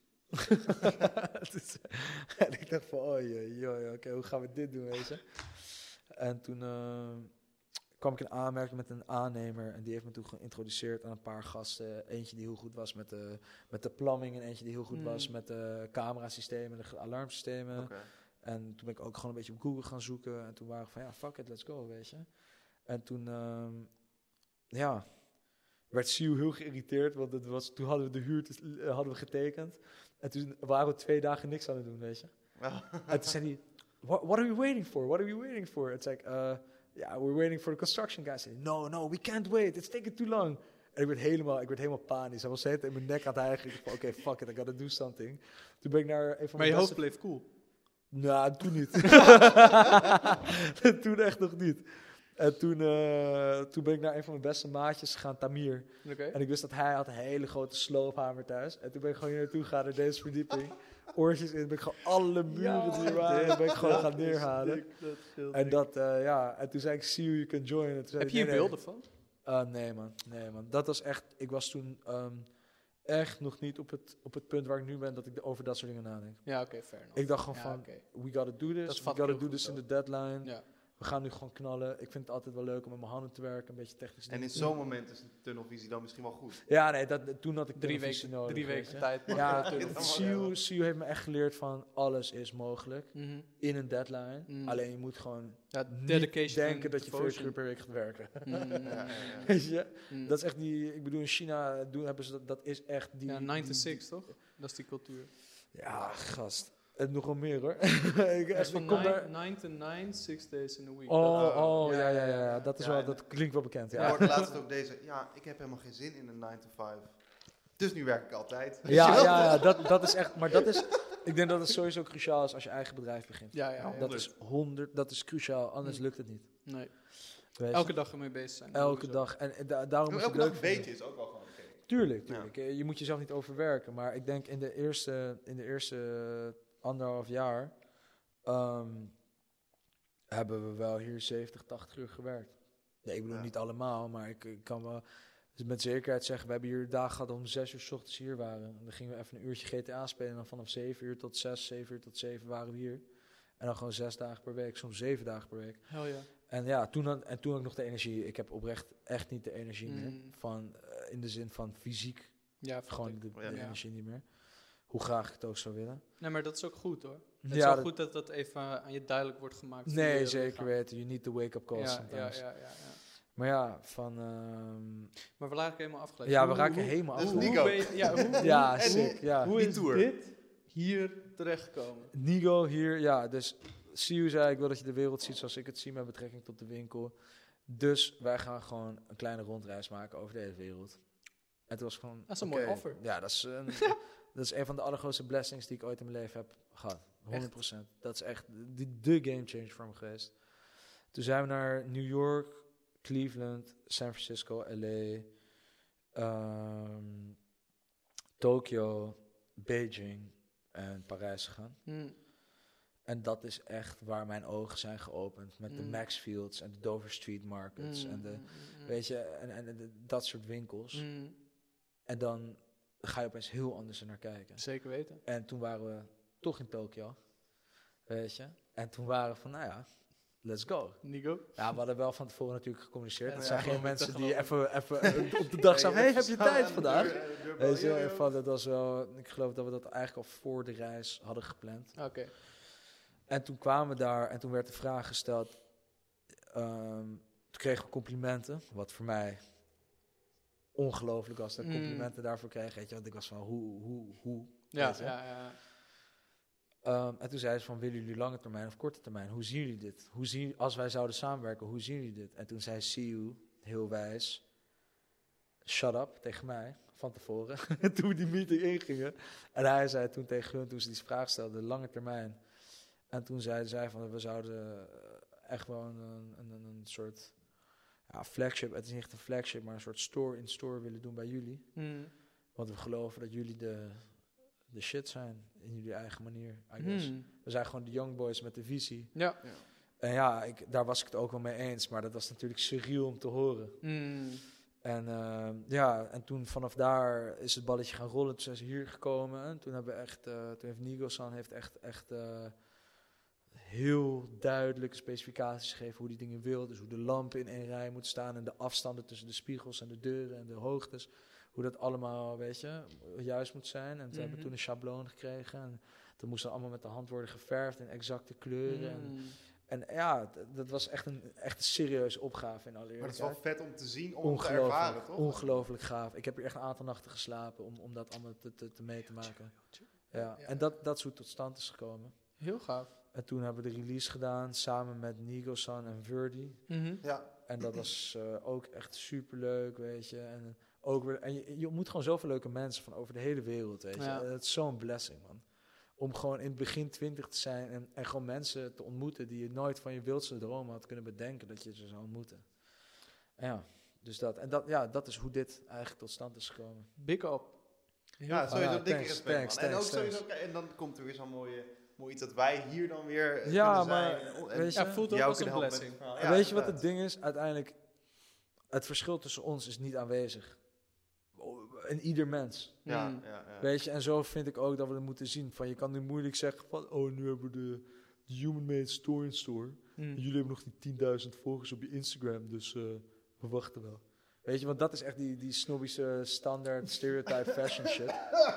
dus, en ik dacht van, oh jee, oké, okay, hoe gaan we dit doen, weet je? En toen uh, kwam ik in aanmerking met een aannemer en die heeft me toen geïntroduceerd aan een paar gasten. Eentje die heel goed was met de, met de plumbing en eentje die heel goed mm. was met de camerasystemen en de alarmsystemen. Okay. En toen ben ik ook gewoon een beetje op Google gaan zoeken en toen waren we van, ja, fuck it, let's go, weet je? En toen, um, ja, werd Siu heel geïrriteerd, want het was, toen hadden we de huur te, uh, hadden we getekend. En toen waren we twee dagen niks aan het doen, weet je. En toen zei hij, what, what are you waiting for? What are you waiting for? En toen zei ik, uh, ja, we're waiting for the construction guys. No, no, we can't wait. It's taking too long. En ik werd helemaal, ik werd helemaal panisch. Hij was steeds in mijn nek aan het hijgen. Ik dacht, oké, okay, fuck it, I gotta do something. Toen ben ik naar een van Maar je mijn hoofd beste... bleef cool. Nou, toen niet. Toen echt nog niet. En toen, uh, toen ben ik naar een van mijn beste maatjes gegaan, Tamir. Okay. En ik wist dat hij had een hele grote sloophamer thuis. En toen ben ik gewoon hier naartoe gegaan naar deze verdieping. Oortjes in, ben ik gewoon alle muren Ja, die er waren, ben ik gewoon dat gaan is neerhalen. dik, dat scheelt En dik. dat, uh, ja, en toen zei ik, see you, you can join. En toen zei Heb ik, je hier nee, nee. beelden van? Uh, nee man, nee man. Dat was echt, ik was toen um, echt nog niet op het, op het punt waar ik nu ben dat ik over dat soort dingen nadenk. Ja, oké, okay, fair enough. Ik dacht gewoon ja, van, okay. we gotta do Dat this, we vat ik gotta heel do goed this in op. the deadline. Ja. We gaan nu gewoon knallen. Ik vind het altijd wel leuk om met mijn handen te werken, een beetje technisch En in dingen. zo'n moment is een tunnelvisie dan misschien wel goed. Ja, nee, dat, toen had ik Drie televisie weken, nodig. drie weet weken je. tijd. mag Ja, je natuurlijk. dat- C U, C U heeft me echt geleerd van alles is mogelijk Mhm. in een deadline. Mm. Alleen je moet gewoon Ja, niet dedication denken en dat je veertig devotion. uur per week gaat werken. Mm, Ja, ja, ja. Weet je? mm. Dat is echt die, ik bedoel in China doen, hebben ze dat, dat is echt die... Ja, nine to die- six, toch? Dat is die cultuur. Ja, gast. En nog wel meer hoor. ik, Het is echt, van ik kom daar... nine to nine, six days in a week. Oh, Dat- oh, ja, ja, ja, ja, ja, ja. Dat, is Ja, wel, en- dat klinkt wel bekend, Ik ja. hoorde laatst ook deze, ja, ik heb helemaal geen zin in een nine to five. Dus nu werk ik altijd. Ja, ja, ja dat, dat is echt... Maar dat is... Ik denk dat het sowieso cruciaal is als je eigen bedrijf begint. Ja, ja, ja. Dat is honderd, dat is cruciaal, anders Mm. lukt het niet. Nee. Weet je? Elke dag ermee bezig zijn. Elke Sowieso. dag. En, en da- daarom is het Elke leuk dag een vinden. beetje is ook wel gewoon oké. Tuurlijk, tuurlijk. Eh, Je moet jezelf niet overwerken. Maar ik denk in de eerste, in de eerste uh, anderhalf jaar ehm, hebben we wel hier zeventig, tachtig uur gewerkt. Nee, ik bedoel Ja. niet allemaal, maar ik, ik kan wel dus met zekerheid zeggen, we hebben hier dagen gehad dat we om zes uur 's ochtends hier waren. En dan gingen we even een uurtje G T A spelen en dan vanaf zeven uur tot zes, zeven uur tot zeven waren we hier. En dan gewoon zes dagen per week, soms zeven dagen per week. Hell ja. En ja, toen had, en toen had ik nog de energie. Ik heb oprecht echt niet de energie meer. Mm. Van, uh, in de zin van fysiek, Ja, gewoon gewoon. de, Ja. de Ja. energie niet meer. Hoe graag ik het ook zou willen. Nee, maar dat is ook goed hoor. Het is Ja, wel dat- goed dat dat even aan je duidelijk wordt gemaakt. via Nee, je zeker lichaam. weten. You need to wake up calls Ja, ja, sometimes. ja, ja, ja. Maar ja, van... ehm, Maar we raken helemaal afgeleid. ja, we Hoe- raken hoe- helemaal dus Hoe, af. hoe Nico. ben je, ja, hoe, Ja, hoe- sick. Ja. hoe Die is tour. dit hier terechtgekomen? Nigo hier, ja, dus Siu zei, ik wil dat je de wereld ziet zoals ik het zie met betrekking tot de winkel. Dus wij gaan gewoon een kleine rondreis maken over de hele wereld. En het was gewoon... Dat is een oké, mooi offer. Ja, dat is, een, dat is een van de allergrootste blessings die ik ooit in mijn leven heb gehad. honderd procent. Dat is echt de, de game changer voor me geweest. Toen zijn we naar New York, Cleveland, San Francisco, L A, ehm, Tokyo, Beijing en Parijs gegaan. Hmm. En dat is echt waar mijn ogen zijn geopend. Met de Mm. Maxfields en de Dover Street Markets. Mm, En, de, mm, mm, weet je, en, en, en de- dat soort winkels. mm. En dan ga je opeens heel anders er naar kijken. Zeker weten. En toen waren we toch in Tokio. Weet je. En toen waren we van, nou ja, let's go. Nico? Ja, we hadden wel van tevoren natuurlijk gecommuniceerd. Ja, Het ja, zijn geen geloof ik, mensen dat die geloof even, even op de dag zeggen, hey, heb je tijd vandaag? Weet Weet je, van, dat was wel, ik geloof dat we dat eigenlijk al voor de reis hadden gepland. Oké. En toen kwamen we daar en toen werd de vraag gesteld. ehm, toen kregen we complimenten, wat voor mij ongelooflijk was dat ik Mm. complimenten daarvoor kreeg. Weet je, want ik was van hoe, hoe, hoe. Ja, weet je. ja, ja. Ehm, en toen zeiden ze van, willen jullie lange termijn of korte termijn? Hoe zien jullie dit? Hoe zien, als wij zouden samenwerken, hoe zien jullie dit? En toen zei C U, heel wijs, shut up, tegen mij, van tevoren. Toen we die meeting ingingen. En hij zei toen tegen hun, toen ze die vraag stelden, lange termijn. En toen zeiden zij van, we zouden eh, echt wel een, een, een, een soort ja, flagship, het is niet echt een flagship, maar een soort store-in-store willen doen bij jullie. Hmm. Want we geloven dat jullie de, de shit zijn, in jullie eigen manier, I guess. Hmm. We zijn gewoon de young boys met de visie. Ja. En ja, ik, daar was ik het ook wel mee eens, maar dat was natuurlijk surreal om te horen. Hmm. En ehm, ja, en toen vanaf daar is het balletje gaan rollen. Toen zijn ze hier gekomen. En toen hebben we echt, eh, toen heeft Nigo-san heeft echt, echt eh, heel duidelijke specificaties gegeven hoe die dingen wil. Dus hoe de lampen in één rij moeten staan en de afstanden tussen de spiegels en de deuren en de hoogtes. Hoe dat allemaal, weet je, juist moet zijn. En we Mhm. hebben toen een schabloon gekregen. En dat moest dan allemaal met de hand worden geverfd in exacte kleuren. En, Hmm. en ja, d- dat was echt een, echt een serieuze opgave in alle Maar het is wel eerlijkheid. vet om te zien, om het te ervaren, Ongelooflijk, toch? ongelooflijk gaaf. Ik heb hier echt een aantal nachten geslapen om, om dat allemaal te, te, te mee te maken. Ja. Ja. En dat, dat is hoe het tot stand is gekomen. Heel gaaf. En toen hebben we de release gedaan samen met Nigo-san en Verdi. Mhm. Ja. En dat was uh, ook echt superleuk, weet je. En, ook weer, en je, je ontmoet gewoon zoveel leuke mensen van over de hele wereld, weet je. Ja. Het is zo'n blessing, man. Om gewoon in het begin twintig te zijn en, en gewoon mensen te ontmoeten die je nooit van je wildste dromen had kunnen bedenken dat je ze zou ontmoeten. En ja, dus dat. En dat, ja, dat is hoe dit eigenlijk tot stand is gekomen. Big up. Heel Ja, gaaf. sowieso Ah, dikke thanks, respect, thanks, man. En ook thanks, sowieso, thanks. kijk, en dan komt er weer zo'n mooie, mooi iets dat wij hier dan weer eh, Ja, kunnen maar, zijn. En, en weet je, Ja, het voelt ook jou als een kunnen helpen met blessing. het verhaal. En Ja, weet je wat het inderdaad. ding is? Uiteindelijk, het verschil tussen ons is niet aanwezig. In ieder mens. Ja, Mm. ja, ja. Weet je, en zo vind ik ook dat we het moeten zien. Van, je kan nu moeilijk zeggen van, oh, nu hebben we de, de Human Made Store in Store. Mm. En jullie hebben nog die tienduizend volgers op je Instagram, dus uh, we wachten wel. Weet je, want dat is echt die, die snobbische standaard stereotype fashion shit.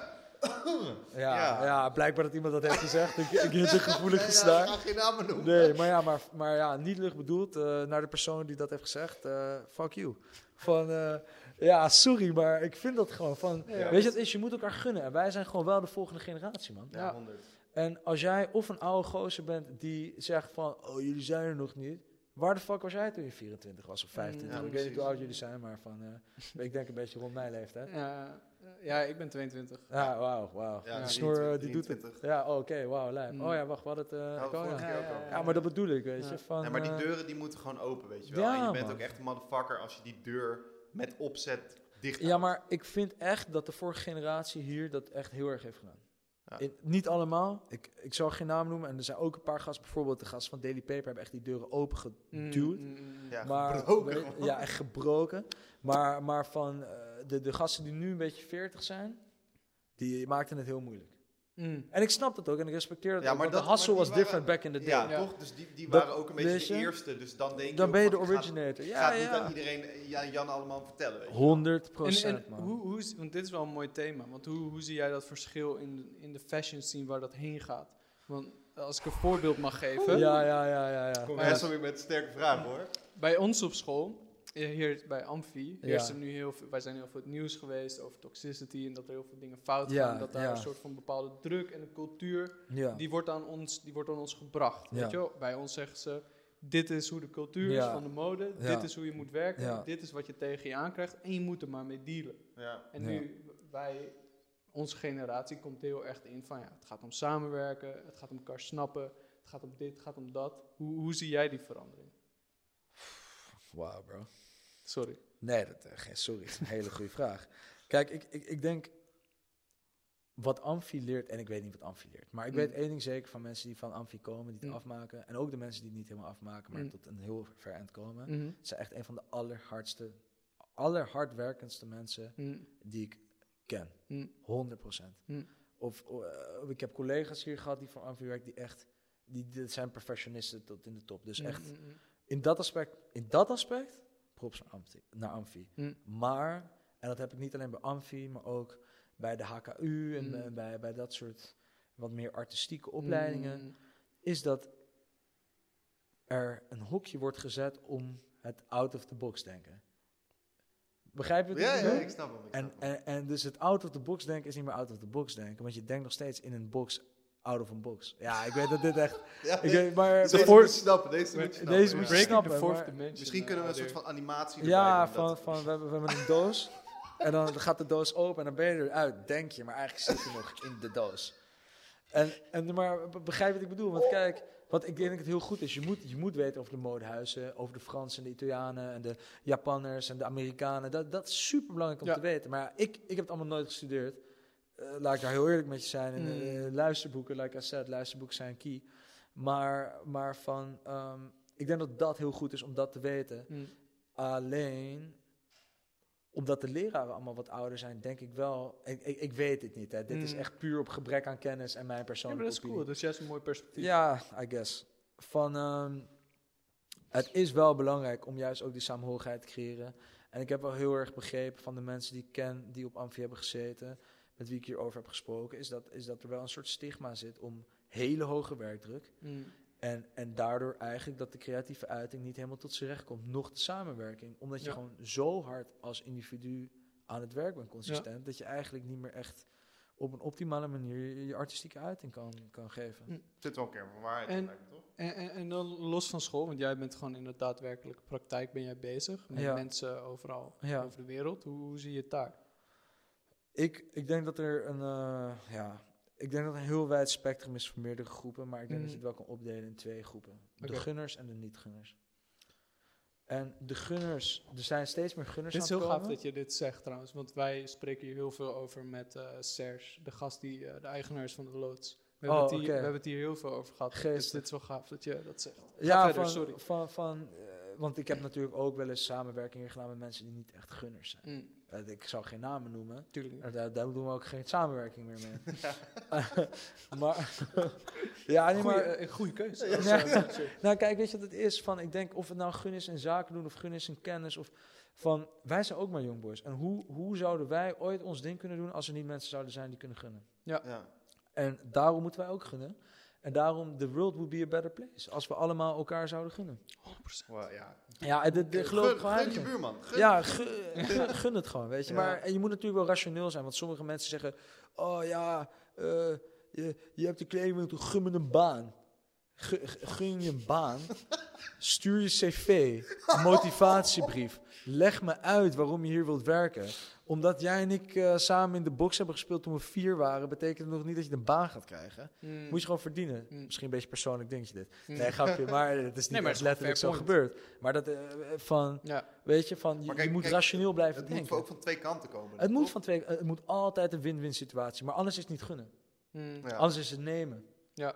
Ja, ja. Ja. blijkbaar dat iemand dat heeft gezegd. Ik, ik heb een gevoelige Nee, snaar. ja, ik ga geen namen noemen. Nee, maar ja, maar, maar ja, niet lucht bedoeld. Uh, naar de persoon die dat heeft gezegd, uh, fuck you. Van, uh, ja, sorry, maar ik vind dat gewoon van... Ja. Weet je, het is, je moet elkaar gunnen. En wij zijn gewoon wel de volgende generatie, man. Ja, honderd. En als jij of een oude gozer bent die zegt van... Oh, jullie zijn er nog niet. Waar de fuck was jij toen je vierentwintig was of vijfentwintig? Ja, ik weet niet precies. hoe oud jullie zijn, maar van... Uh, ik denk een beetje rond mijn leeftijd. Ja, ja, ik ben tweeëntwintig. Ja, wauw, wauw. Ja, Die snor, uh, die doet het. drieëntwintig. Ja, oh, oké, wauw, lijp. Mm. Oh ja, wacht, wat het... Uh, Nou, ik, oh, vorige ja. keer ook Ja, al. ja, ja, maar dat bedoel ik, weet Ja. je. Van, Nee, maar die uh, deuren die moeten gewoon open, weet je wel. Ja, en je bent man. ook echt een motherfucker als je die deur met opzet dicht Ja, maar ik vind echt dat de vorige generatie hier dat echt heel erg heeft gedaan. Ja. In, niet allemaal. Ik, ik zal geen naam noemen. En er zijn ook een paar gasten, bijvoorbeeld de gasten van Daily Paper, hebben echt die deuren open geduwd. Mm, mm, mm. Ja, maar, gebroken, weet- man. ja, echt gebroken. Maar, maar van uh, de, de gasten die nu een beetje veertig zijn, die maakten het heel moeilijk. Mm. En ik snap dat ook en ik respecteer dat Ja, ook. maar Want de dat- hustle maar was die different back in the day. Ja, Ja. toch? Dus die, die Dat- waren ook een beetje weet de je? eerste. Dus dan denk je Dan ook ben je de van, ik ga- originator. Ik Ja, ga het niet ja. aan iedereen, ja, Jan allemaal vertellen, weet je wel. honderd En, procent, en man. hoe, hoe, is- want dit is wel een mooi thema. Want hoe, hoe zie jij dat verschil in de, in de fashion scene waar dat heen gaat? Want als ik een voorbeeld mag geven. Ja, ja, ja, ja. ja. Kom Ja. jij zo weer met sterke vragen, hoor. Bij ons op school, eh, hier bij Amfi, Ja. heerst er nu heel veel, wij zijn heel veel het nieuws geweest over toxicity en dat er heel veel dingen fout Ja, gaan. Dat daar ja. een soort van bepaalde druk en een cultuur, ja. die wordt aan ons, die wordt aan ons gebracht. Ja. Weet je wel? Bij ons zeggen ze, dit is hoe de cultuur Ja. is van de mode, Ja. dit is hoe je moet werken, Ja. dit is wat je tegen je aankrijgt en je moet er maar mee dealen. Ja. En Ja. nu, wij, onze generatie komt heel erg in van, ja, het gaat om samenwerken, het gaat om elkaar snappen, het gaat om dit, het gaat om dat. Hoe, hoe zie jij die verandering? Wauw, bro. Sorry. Nee, dat, uh, geen, sorry, dat is een hele goede vraag. Kijk, ik, ik, ik denk wat Amfi leert, en ik weet niet wat Amfi leert, maar ik Mm. weet één ding zeker van mensen die van Amfi komen, die het Mm. afmaken, en ook de mensen die het niet helemaal afmaken, maar Mm. tot een heel ver eind komen. Mhm. Het zijn echt een van de allerhardste, allerhardwerkendste mensen Mm. die ik ken. Mm. honderd procent. Mm. Of uh, ik heb collega's hier gehad die van Amfi werken, die echt, die, die zijn perfectionisten tot in de top. Dus echt, Mm, mm, in dat aspect, in dat aspect, props naar Amfi. Naar Amfi. mm. Maar, en dat heb ik niet alleen bij Amfi, maar ook bij de H K U en Mm. eh, bij, bij dat soort wat meer artistieke opleidingen, Mm. is dat er een hokje wordt gezet om het out of the box denken. Begrijp je wat Ja, ik ja, bedoel? ik snap hem. Ik En, snap hem. en, en dus het out of the box denken is niet meer out of the box denken, want je denkt nog steeds in een box out of een box. Ja, ik weet dat dit echt... Ja, ik weet, maar deze voor- moet je snappen, deze moet je snappen. Deze ja. moet je Breaking snappen, the fourth maar- dimension. Misschien kunnen we een uh, soort van animatie erbij Ja, doen, van, dat- van we, hebben, we hebben een doos. En dan gaat de doos open en dan ben je eruit, denk je. Maar eigenlijk zit je nog in de doos. En, en, maar be- begrijp wat ik bedoel? Want kijk, wat ik denk dat het heel goed is. Je moet, je moet weten over de modehuizen, over de Fransen en de Italianen en de Japanners en de Amerikanen. Dat, dat is super belangrijk om Ja. te weten. Maar ja, ik, ik heb het allemaal nooit gestudeerd. Eh, laat ik daar heel eerlijk met je zijn. En, Mm. eh, luisterboeken, like I said, luisterboeken zijn key. Maar, maar van, ehm, ik denk dat dat heel goed is om dat te weten. mm. Alleen, omdat de leraren allemaal wat ouder zijn, denk ik wel... Ik, ik, ik weet het niet, hè. Dit is Mm. echt puur op gebrek aan kennis en mijn Ja, maar persoonlijke dat is cool. opinie. Dat is juist een mooi perspectief. Ja, I guess. Van, ehm, het is wel belangrijk om juist ook die saamhorigheid te creëren. En ik heb wel heel erg begrepen van de mensen die ik ken, die op Amfi hebben gezeten, met wie ik hierover heb gesproken, is dat, is dat er wel een soort stigma zit om hele hoge werkdruk. Mm. En, en daardoor eigenlijk dat de creatieve uiting niet helemaal tot zijn recht komt. Nog de samenwerking. Omdat je Ja. gewoon zo hard als individu aan het werk bent consistent. Dat je eigenlijk niet meer echt op een optimale manier je, je artistieke uiting kan, kan geven. Hm. Zit wel een keer van waarheid En- in, lijkt me, toch? En, en, en dan los van school, want jij bent gewoon in de daadwerkelijke praktijk ben jij bezig met Ja. mensen overal Ja. over de wereld. Hoe, hoe zie je het daar? Ik, ik denk dat er een, uh, ja, ik denk dat er een heel wijd spectrum is van meerdere groepen, maar ik denk Mm. dat je het wel kan opdelen in twee groepen. De Oké. gunners en de niet-gunners. En de gunners, er zijn steeds meer gunners Dit is aan heel het gaaf komen. dat je dit zegt trouwens, want wij spreken hier heel veel over met uh, Serge, de gast die, uh, de eigenaar is van de loods. We, Oh, hebben het hier, oké. we hebben het hier heel veel over gehad. Dus Geestig. dit is wel gaaf dat je dat zegt. Ga Ja, verder, van, sorry. van, van, uh, want ik heb natuurlijk ook wel eens samenwerkingen gedaan met mensen die niet echt gunners zijn. Mm, Uh, ik zal geen namen noemen. tuurlijk niet. Uh, daar, daar doen we ook geen samenwerking meer mee. maar, ja, nee, Goeie, maar, eh, goeie keuze. Ja. Als, uh, sorry. nou kijk, weet je wat het is? Van, ik denk of het nou gun is in zaken doen of gun is in kennis. Of van, wij zijn ook maar jongboys. En hoe, hoe zouden wij ooit ons ding kunnen doen als er niet mensen zouden zijn die kunnen gunnen? Ja. En daarom moeten wij ook gunnen. En daarom, the world would be a better place. Als we allemaal elkaar zouden gunnen. honderd procent. Well, ja. Ja, dit, dit geloof ik Gun, gewoon gun je heilig in. buurman. Gun. Ja, gu- gun, gun het gewoon, weet je. Ja. Maar en je moet natuurlijk wel rationeel zijn. Want sommige mensen zeggen... Oh ja, uh, je, je hebt de kledingwinkel, gun me een baan. Gu- Gun je een baan? Stuur je cv, een motivatiebrief. Leg me uit waarom je hier wilt werken. Omdat jij en ik uh, samen in de box hebben gespeeld toen we vier waren... betekent het nog niet dat je een baan gaat krijgen. Mm, Moet je gewoon verdienen. Mm. Misschien een beetje persoonlijk dingetje dit. mm. Nee, grapje, maar het is niet Nee, maar echt het is letterlijk zo gewoon fair gebeurd. Maar dat uh, van, Ja, weet je, van, je, Maar kijk, je moet kijk, rationeel blijven Het moet denken. ook van twee kanten komen. Het moet, toch? van twee, het moet altijd een win-win situatie. Maar anders is het niet gunnen. mm, Ja. Anders is het nemen. ja.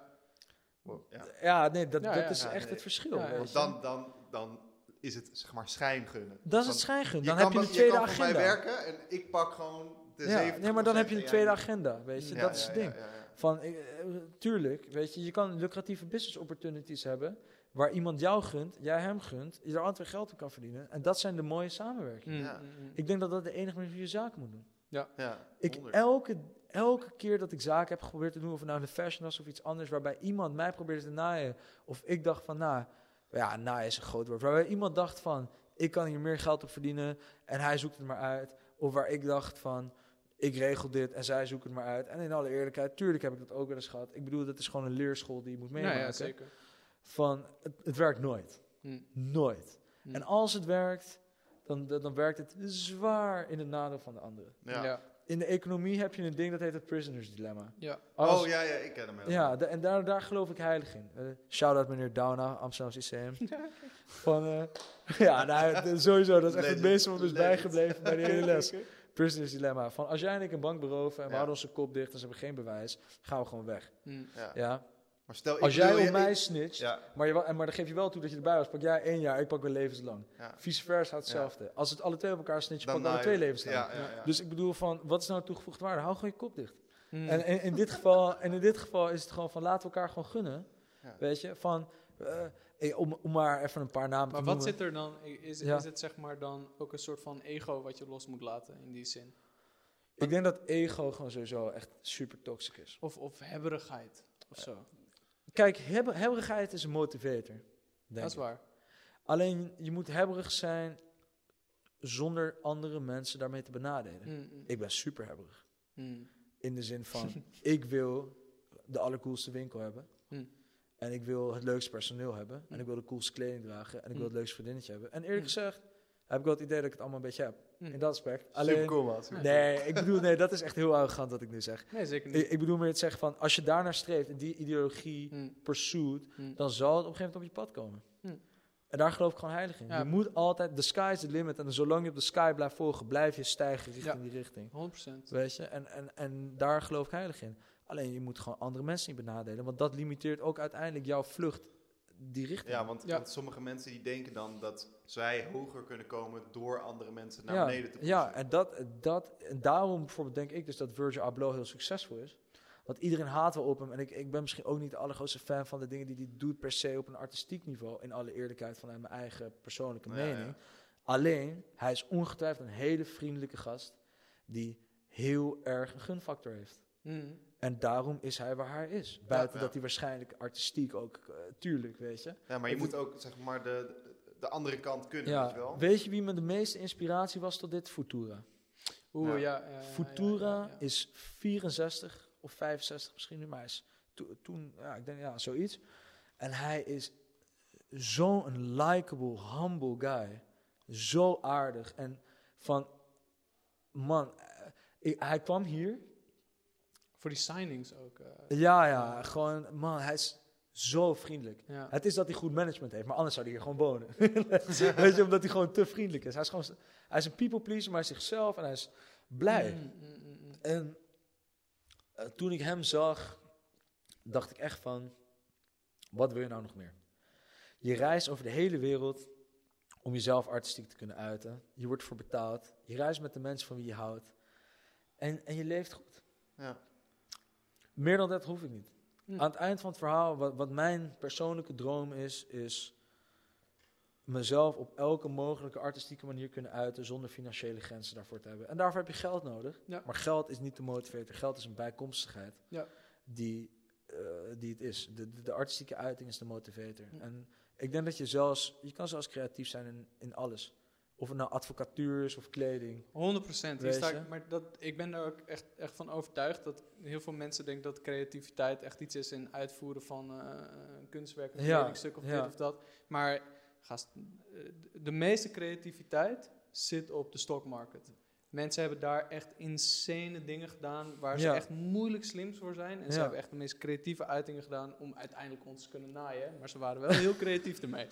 Ja. Ja, nee, dat, Ja, dat ja, is ja, echt nee. het verschil. Ja, ja. weet Want je. dan, dan, dan is het zeg maar schijngunnen. Dat is Dan- het schijngun. je Dan kan heb je wel- de tweede Je kan voor mij agenda. werken en ik pak gewoon de Ja, zeventig nee, maar dan heb je procent de en tweede jij- agenda. Weet je, Ja, dat is ja, het ding. ja, ja, ja. Van, eh, tuurlijk, weet je, je kan lucratieve business opportunities hebben. Waar iemand jou gunt, jij hem gunt. Je er altijd weer geld op kan verdienen. En dat zijn de mooie samenwerkingen. Mm, Ja. mm, mm. Ik denk dat dat de enige manier is hoe je zaken moet doen. Ja, Ik, honderd. elke, elke keer dat ik zaken heb geprobeerd te doen, of het nou in de fashion was of iets anders, waarbij iemand mij probeerde te naaien, of ik dacht van, nou, ja, naaien is een groot woord, waarbij iemand dacht van, ik kan hier meer geld op verdienen en hij zoekt het maar uit, of waar ik dacht van, ik regel dit en zij zoeken het maar uit. En in alle eerlijkheid, tuurlijk heb ik dat ook wel eens gehad. Ik bedoel, dat is gewoon een leerschool die je moet Nou meemaken. ja, zeker. Van, het, het werkt nooit. Mm, Nooit. mm. En als het werkt, dan, dan, dan werkt het zwaar in het nadeel van de anderen. Ja. ja. In de economie heb je een ding dat heet het prisoners dilemma. Ja. Als- Oh ja, ja, ik ken hem heel ja, de- en daar, daar geloof ik heilig in. Uh, Shout-out meneer Dauna, Amsterdamse I C M. Van, uh, ja, nou, de- sowieso, dat is echt het Legend, meeste wat is legend. bijgebleven bij de hele les. Prisoners dilemma. Van, als jij en ik een bank beroven en we Ja. houden onze kop dicht en ze hebben geen bewijs, gaan we gewoon weg. Mm. Ja. Ja? Maar stel, ik Als jij bedoel, op je- mij ik- snitcht, Ja, maar, je, wa- en, maar dan geef je wel toe dat je erbij was, pak jij één jaar, ik pak wel levenslang. ja. Vice versa hetzelfde. Als het alle twee op elkaar snitchen, Dan pak alle nou, twee levenslang. Ja, ja, ja. Dus ik bedoel van, wat is nou toegevoegde waarde? Hou gewoon je kop dicht. Mm. En, en in, dit geval, en in dit geval is het gewoon van, laten we elkaar gewoon gunnen. Ja. Weet je, van, eh, eh, om, om maar even een paar namen Maar te wat noemen. zit er dan? Is, Ja. is het zeg maar dan ook een soort van ego wat je los moet laten in die zin? Ik denk dat ego gewoon sowieso echt super toxic is. Of, of hebberigheid of zo? Kijk, hebber, hebberigheid is een motivator. Denk Dat is ik. waar. Alleen, je moet hebberig zijn zonder andere mensen daarmee te benadelen. Mm, mm, Ik ben super hebberig. mm, In de zin van, ik wil de allercoolste winkel hebben. mm. En ik wil het leukste personeel hebben. En Mm. ik wil de coolste kleding dragen. En ik wil Mm. het leukste vriendinnetje hebben. En eerlijk Mm. gezegd, heb ik wel het idee dat ik het allemaal een beetje heb. Mm. In dat aspect. Super Alleen, cool, man. Super nee, ik bedoel, nee, dat is echt heel arrogant wat ik nu zeg. Nee, zeker niet. Ik, ik bedoel meer het zeggen van, als je daarnaar streeft en die ideologie Mm, pursuit, mm. dan zal het op een gegeven moment op je pad komen. Mm. En daar geloof ik gewoon heilig in. Ja. Je moet altijd, the sky is the limit. En zolang je op de sky blijft volgen, blijf je stijgen richting Ja. die richting. honderd procent. Weet je? En, en, en daar geloof ik heilig in. Alleen je moet gewoon andere mensen niet benadelen. Want dat limiteert ook uiteindelijk jouw vlucht die richting. Ja, want, Ja. want sommige mensen die denken dan dat zij hoger kunnen komen door andere mensen naar ja, beneden te pushen. ja, en, dat, dat, en daarom bijvoorbeeld denk ik dus dat Virgil Abloh heel succesvol is. Want iedereen haat wel op hem. En ik, ik ben misschien ook niet de allergrootste fan van de dingen die hij doet per se op een artistiek niveau. In alle eerlijkheid vanuit mijn eigen persoonlijke Ja, mening. ja. Alleen, hij is ongetwijfeld een hele vriendelijke gast die heel erg een gunfactor heeft. Mm. En daarom is hij waar hij is. Buiten ja. dat hij waarschijnlijk artistiek ook, uh, tuurlijk, weet je. Ja, maar je Het- moet ook zeg maar de, de, de andere kant kunnen, weet je Ja, wel. weet je wie me de meeste inspiratie was tot dit? Futura. Oeh, Ja. ja. ja, ja, Futura ja, ja, ja. is vierenzestig of vijfenzestig misschien nu, maar hij is to- toen, ja, ik denk ja, zoiets. En hij is zo'n likable, humble guy. Zo aardig. En van, man, eh, ik- hij kwam hier. Voor die signings ook. eh. Ja, ja, gewoon, man, hij is zo vriendelijk. ja. Het is dat hij goed management heeft, maar anders zou hij hier gewoon wonen. Weet je, omdat hij gewoon te vriendelijk is. Hij is, gewoon, hij is een people pleaser, maar hij is zichzelf en hij is blij. Mm, mm, mm, mm. En eh, toen ik hem zag, dacht ik echt van, wat wil je nou nog meer? Je reist over de hele wereld om jezelf artistiek te kunnen uiten. Je wordt voor betaald. Je reist met de mensen van wie je houdt. En, en je leeft goed. Ja. Meer dan dat hoef ik niet. Hm. Aan het eind van het verhaal, wat, wat mijn persoonlijke droom is, is mezelf op elke mogelijke artistieke manier kunnen uiten zonder financiële grenzen daarvoor te hebben. En daarvoor heb je geld nodig. Ja. Maar geld is niet de motivator. Geld is een bijkomstigheid Ja. die, eh, die het is. De, de, de artistieke uiting is de motivator. Ja. En ik denk dat je zelfs, je kan zelfs creatief zijn in, in alles. Of het nou advocatuur is of kleding. honderd procent. Hier Weet sta je? ik, maar dat, ik ben er ook echt, echt van overtuigd dat heel veel mensen denken dat creativiteit echt iets is in uitvoeren van eh, een kunstwerk, een Ja, kledingstuk of ja. dit of dat. Maar gast, eh, de meeste creativiteit zit op de stockmarket. Mensen hebben daar echt insane dingen gedaan waar ze Ja. echt moeilijk slims voor zijn. En ze Ja. hebben echt de meest creatieve uitingen gedaan om uiteindelijk ons te kunnen naaien. Maar ze waren wel heel creatief ermee.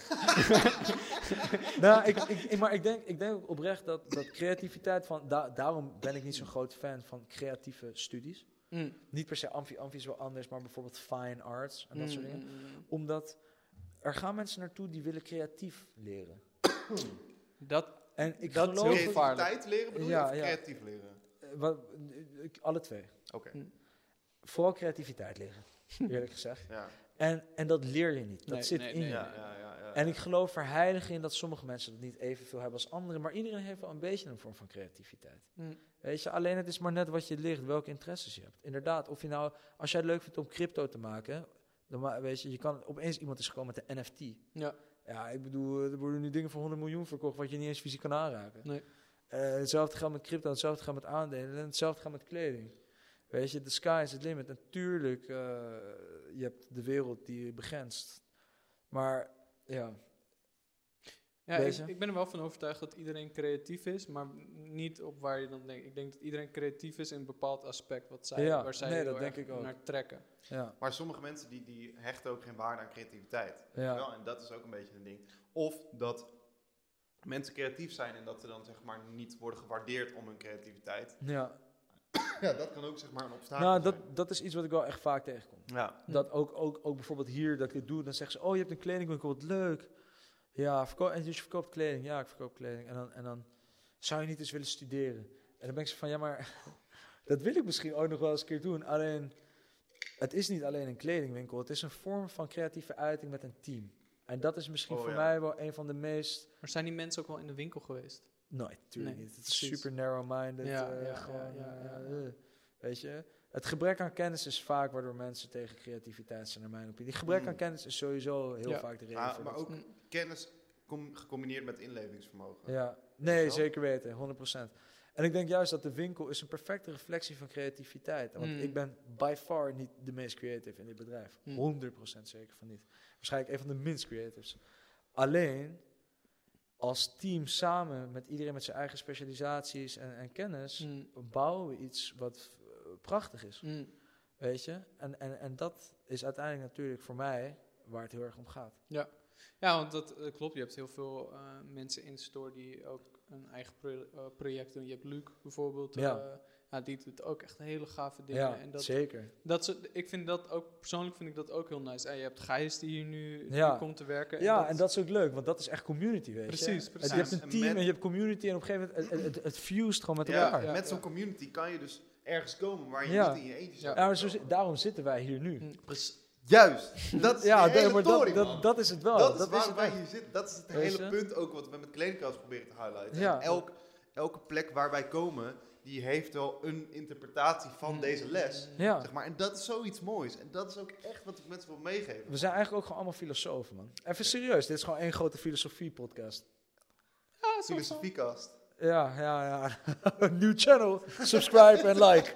nou, ik, ik, ik- maar ik denk, ik denk ook oprecht dat, dat creativiteit van... Da, daarom ben ik niet zo'n groot fan van creatieve studies. Mm. Niet per se amfi, amfi is wel anders, maar bijvoorbeeld fine arts en dat soort Mm, dingen. mm, mm. Omdat er gaan mensen naartoe die willen creatief leren. Dat, En ik Dat is geloof... heel het- vaak. Creativiteit leren bedoel Ja, je? Of ja. creatief leren? eh, wat, ik- alle twee. Oké. Vooral creativiteit leren, eerlijk gezegd. Ja. En, en dat leer je niet. Dat Nee, zit nee, in nee, je. Ja, ja, ja, ja. En ik geloof verheilig in dat sommige mensen dat niet evenveel hebben als anderen. Maar iedereen heeft wel een beetje een vorm van creativiteit. mm. Weet je, alleen het is maar net wat je ligt, welke interesses je hebt. Inderdaad, of je nou, als jij het leuk vindt om crypto te maken, dan ma- weet je, je kan opeens iemand is gekomen met een N F T. Ja. Ja, ik bedoel, er worden nu dingen voor honderd miljoen verkocht wat je niet eens fysiek kan aanraken. Nee. Eh, hetzelfde gaat met crypto, hetzelfde gaat met aandelen en hetzelfde gaat met kleding. Weet je, the sky is the limit. Natuurlijk, uh, je hebt de wereld die je begrenst. Maar ja, Ja, Deze? ik, ik ben er wel van overtuigd dat iedereen creatief is, maar niet op waar je dan denkt. Ik denk dat iedereen creatief is in een bepaald aspect wat zij, Ja, waar zij nee, heel dat denk erg ik ook. naar trekken. ja, Maar sommige mensen die, die hechten ook geen waarde aan creativiteit. Weet je ja. wel? En dat is ook een beetje een ding. Of dat mensen creatief zijn en dat ze dan zeg maar niet worden gewaardeerd om hun creativiteit. ja. Ja, dat kan ook zeg maar een obstakel Nou, zijn. dat, dat is iets wat ik wel echt vaak tegenkom. Ja. Dat ook, ook, ook bijvoorbeeld hier, dat ik dit doe, dan zeggen ze, oh, je hebt een kledingwinkel, wat leuk. Ja, verko- en dus je verkoopt kleding. Ja, ik verkoop kleding. En dan, en dan zou je niet eens willen studeren. En dan ben ik zo van, ja, maar dat wil ik misschien ook nog wel eens een keer doen. Alleen, het is niet alleen een kledingwinkel. Het is een vorm van creatieve uiting met een team. En dat is misschien Oh, voor ja. mij wel een van de meest... Maar zijn die mensen ook wel in de winkel geweest? Nee, natuurlijk Nee, niet. Het is precies. super narrow-minded. Ja, eh, ja, gewoon, ja, ja, eh, ja. eh, weet je? Het gebrek aan kennis is vaak waardoor mensen tegen creativiteit zijn, naar mijn opinie. Het gebrek Mm. aan kennis is sowieso heel Ja. vaak de reden Ah, voor maar dat. ook Mm. kennis com- gecombineerd met inlevingsvermogen. Ja, nee, wel? zeker weten, honderd procent. En ik denk juist dat de winkel is een perfecte reflectie van creativiteit. Want Mm. ik ben by far niet de meest creative in dit bedrijf. Mm. honderd procent zeker van niet. Waarschijnlijk een van de minst creatives. Alleen, als team samen met iedereen met zijn eigen specialisaties en, en kennis, Mm. bouwen we iets wat eh, prachtig is. Mm. Weet je? En, en, en dat is uiteindelijk natuurlijk voor mij waar het heel erg om gaat. Ja, want dat eh, klopt. Je hebt heel veel eh, mensen in de store die ook een eigen pro- eh, project doen. Je hebt Luc bijvoorbeeld. Ja. eh, ja, die doet ook echt hele gave dingen. Ja, en dat, zeker. dat ze, ik vind dat ook, persoonlijk vind ik dat ook heel nice. En je hebt Gijs die hier nu Ja. die komt te werken. Ja, en dat is ook leuk, want dat is echt community, weet je. Precies, precies. Je hebt een En team met- en je hebt community en op een gegeven moment, het, het, het, het fused gewoon met Ja, elkaar. ja. met zo'n community kan je dus ergens komen waar je Ja. niet in je eentje Ja. zou Ja, maar zo, komen. zi- daarom zitten wij hier nu. Mm. Precies. Juist. Dat is Ja, de hele nee, maar tory, dat, man. dat, dat is het wel. Dat is dat waarom het wij echt. hier zitten. Dat is het Weet hele je? punt ook wat we met Kledingkast proberen te highlighten. Ja. En elk, elke plek waar wij komen, die heeft wel een interpretatie van Mm. deze les. Ja, Zeg maar. En dat is zoiets moois. En dat is ook echt wat ik mensen wil meegeven. we zijn eigenlijk ook gewoon allemaal filosofen, man. Even serieus, dit is gewoon één grote filosofie-podcast. Ja, zo- zo. Filosofiekast. Ja, ja, ja. New channel. Subscribe en like.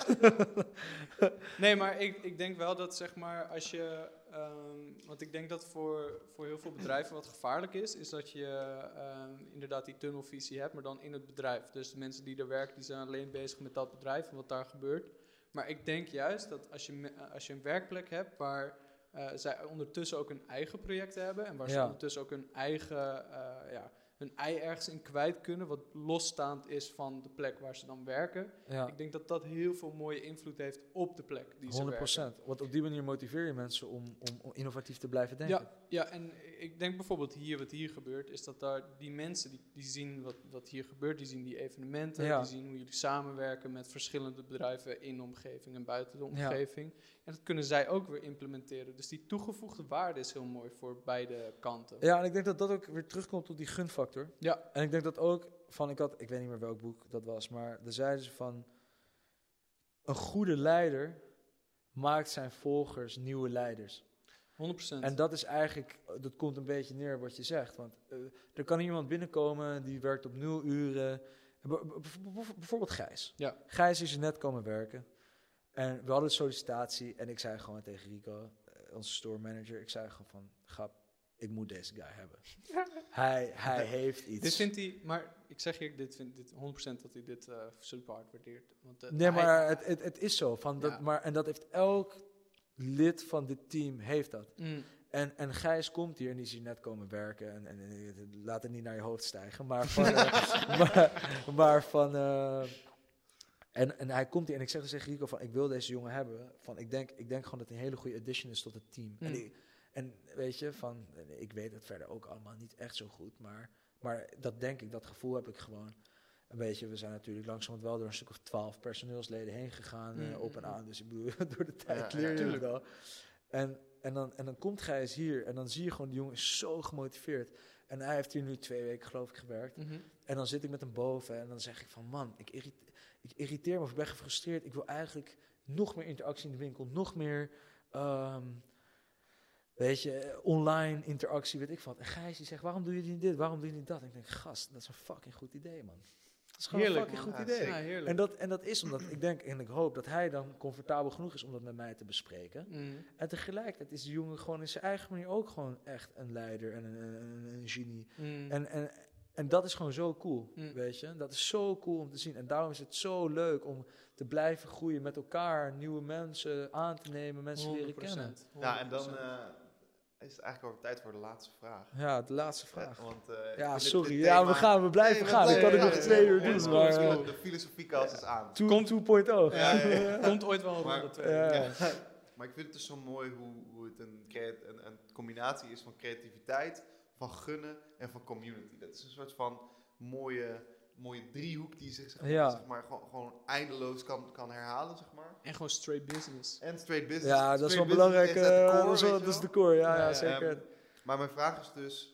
Nee, maar ik, ik denk wel dat, zeg maar, als je... Um, want ik denk dat voor, voor heel veel bedrijven wat gevaarlijk is, is dat je um, inderdaad die tunnelvisie hebt, maar dan in het bedrijf. Dus de mensen die er werken, die zijn alleen bezig met dat bedrijf en wat daar gebeurt. Maar ik denk juist dat als je, me, als je een werkplek hebt waar uh, zij ondertussen ook een eigen project hebben en waar Ja. ze ondertussen ook een eigen... Uh, ja, hun ei ergens in kwijt kunnen, wat losstaand is van de plek waar ze dan werken. Ja. Ik denk dat dat heel veel mooie invloed heeft op de plek die ze honderd procent. werken. Want op die manier motiveer je mensen om, om, om innovatief te blijven denken. Ja, ja, en ik denk bijvoorbeeld hier, wat hier gebeurt, is dat daar die mensen, die, die zien wat, wat hier gebeurt, die zien die evenementen, Ja. die zien hoe jullie samenwerken met verschillende bedrijven in de omgeving en buiten de Ja. omgeving. En dat kunnen zij ook weer implementeren. Dus die toegevoegde waarde is heel mooi voor beide kanten. Ja, en ik denk dat dat ook weer terugkomt op die gunfactor. Ja. En ik denk dat ook van, ik had, ik weet niet meer welk boek dat was, maar daar zeiden ze van, een goede leider maakt zijn volgers nieuwe leiders. honderd procent. En dat is eigenlijk, dat komt een beetje neer wat je zegt. Want uh, er kan iemand binnenkomen die werkt op nul uren. Bijvoorbeeld Gijs. Ja. Gijs is er net komen werken. En we hadden een sollicitatie en ik zei gewoon tegen Rico, uh, onze store manager, ik zei gewoon van, Gap, ik moet deze guy hebben. hij hij heeft iets. Dit vindt hij, maar ik zeg je, dit vindt dit honderd procent dat hij dit uh, super hard waardeert. Want, uh, nee, hij- maar het, het, het is zo. Van dat, Ja. maar, en dat heeft elk lid van dit team heeft dat. Mm. En, en Gijs komt hier en die is hier net komen werken. En, en, en laat het niet naar je hoofd stijgen. Maar van... uh, maar, maar van uh, en, en hij komt hier en ik zeg dus tegen Rico van, ik wil deze jongen hebben. Van, ik, denk, ik denk gewoon dat hij een hele goede addition is tot het team. Mm. En, ik, en weet je, van, ik weet het verder ook allemaal niet echt zo goed. Maar, maar dat denk ik, dat gevoel heb ik gewoon. Een beetje, we zijn natuurlijk langzamerhand wel door een stuk of twaalf personeelsleden heen gegaan. Uh, Mm, op en mm, aan. Dus ik bedoel, door de tijd Ja, leer je ja, het wel. En, en, dan, en dan komt Gijs hier en dan zie je gewoon, die jongen is zo gemotiveerd. En hij heeft hier nu twee weken geloof ik gewerkt. Mhm. En dan zit ik met hem boven en dan zeg ik van, man, ik, irrite- ik irriteer me of ik ben gefrustreerd. Ik wil eigenlijk nog meer interactie in de winkel, nog meer, um, weet je, online interactie, weet ik wat. En Gijs die zegt, waarom doe je niet dit, waarom doe je niet dat? En ik denk, gast, dat is een fucking goed idee, man. Dat is gewoon Heerlijk, een fucking man. goed Ja, idee. Ja, heerlijk. En dat, en dat is omdat ik denk en ik hoop dat hij dan comfortabel genoeg is om dat met mij te bespreken. Mm. En tegelijkertijd is die jongen gewoon in zijn eigen manier ook gewoon echt een leider en een, een, een, een genie. Mm. En, en, en dat is gewoon zo cool, Mm. weet je. Dat is zo cool om te zien. En daarom is het zo leuk om te blijven groeien met elkaar, nieuwe mensen aan te nemen, mensen leren kennen. Ja, en dan uh, is het eigenlijk over tijd voor de laatste vraag. Ja, de laatste vraag. Ja, want, uh, Ja, dit- sorry. dit Ja, thema- we gaan, we blijven Nee, gaan. we Ik kan het nog blijven- twee uur ja, doen, let's go, maar... let's go. uh, De filosofiekast is aan. two- two point oh. Ja, ja, ja. Komt ooit wel een Maar- ronde twee. Ja. Ja. Maar ik vind het dus zo mooi hoe, hoe het een, creat- een, een combinatie is van creativiteit, van gunnen en van community. Dat is een soort van mooie, mooie driehoek die zich zeg maar, Ja. zeg maar, gewoon, gewoon eindeloos kan, kan herhalen, zeg maar. En gewoon straight business. En straight business. Ja, dat is wel Straight belangrijk. business is at the eh, core, dat is wel- weet je dat is wel. de core, ja, ja, Ja, zeker. Ehm, maar mijn vraag is dus,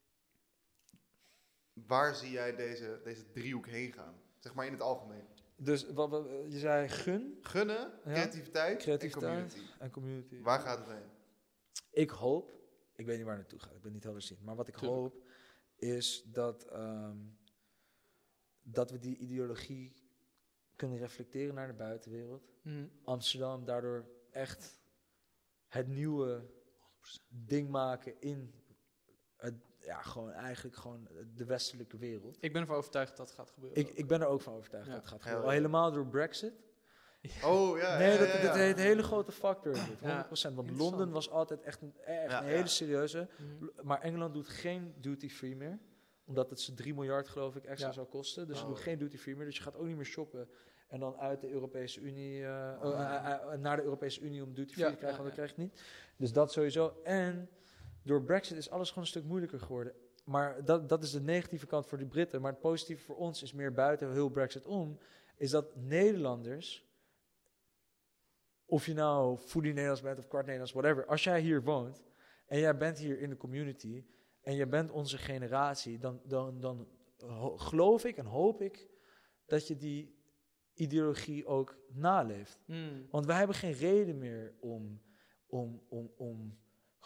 waar zie jij deze, deze driehoek heen gaan? Zeg maar in het algemeen. Dus wat, wat- je zei gun Gunnen, Ja. creativiteit, Creativiteit. en community. en community. Waar gaat het heen? Ik hoop, ik weet niet waar het naartoe gaat, ik ben niet helderziend, maar wat ik Tuurlijk. hoop is dat, ehm, dat we die ideologie kunnen reflecteren naar de buitenwereld. Mhm. Amsterdam daardoor echt het nieuwe ding maken in het, ja, gewoon eigenlijk gewoon de westelijke wereld. Ik ben ervan overtuigd dat dat gaat gebeuren. Ik, ik ben er ook van overtuigd Ja. dat het gaat Hell gebeuren. Al yeah. helemaal door Brexit. Oh, ja. Nee, ja, dat, ja, dat ja. is een hele grote factor. Dit, Ja. honderd procent. Want Interessant. Londen was altijd echt een, echt Ja, een hele ja. serieuze. Mhm. Maar Engeland doet geen duty-free meer. Omdat het ze drie miljard geloof ik extra Ja. zou kosten. Dus ze Oh. doen geen duty-free meer. Dus je gaat ook niet meer shoppen. En dan uit de Europese Unie, uh, Oh. uh, uh, uh, naar de Europese Unie om duty-free Ja, te krijgen. ja, Want dat ja. krijg je niet. Dus dat sowieso. En door Brexit is alles gewoon een stuk moeilijker geworden. Maar dat, dat is de negatieve kant voor de Britten. Maar het positieve voor ons is meer buiten heel Brexit om. Is dat Nederlanders, of je nou fully Nederlands bent of kwart Nederlands, whatever. Als jij hier woont en jij bent hier in de community en jij bent onze generatie, dan, dan, dan ho- geloof ik en hoop ik dat je die ideologie ook naleeft. Mm. Want wij hebben geen reden meer om, om, om, om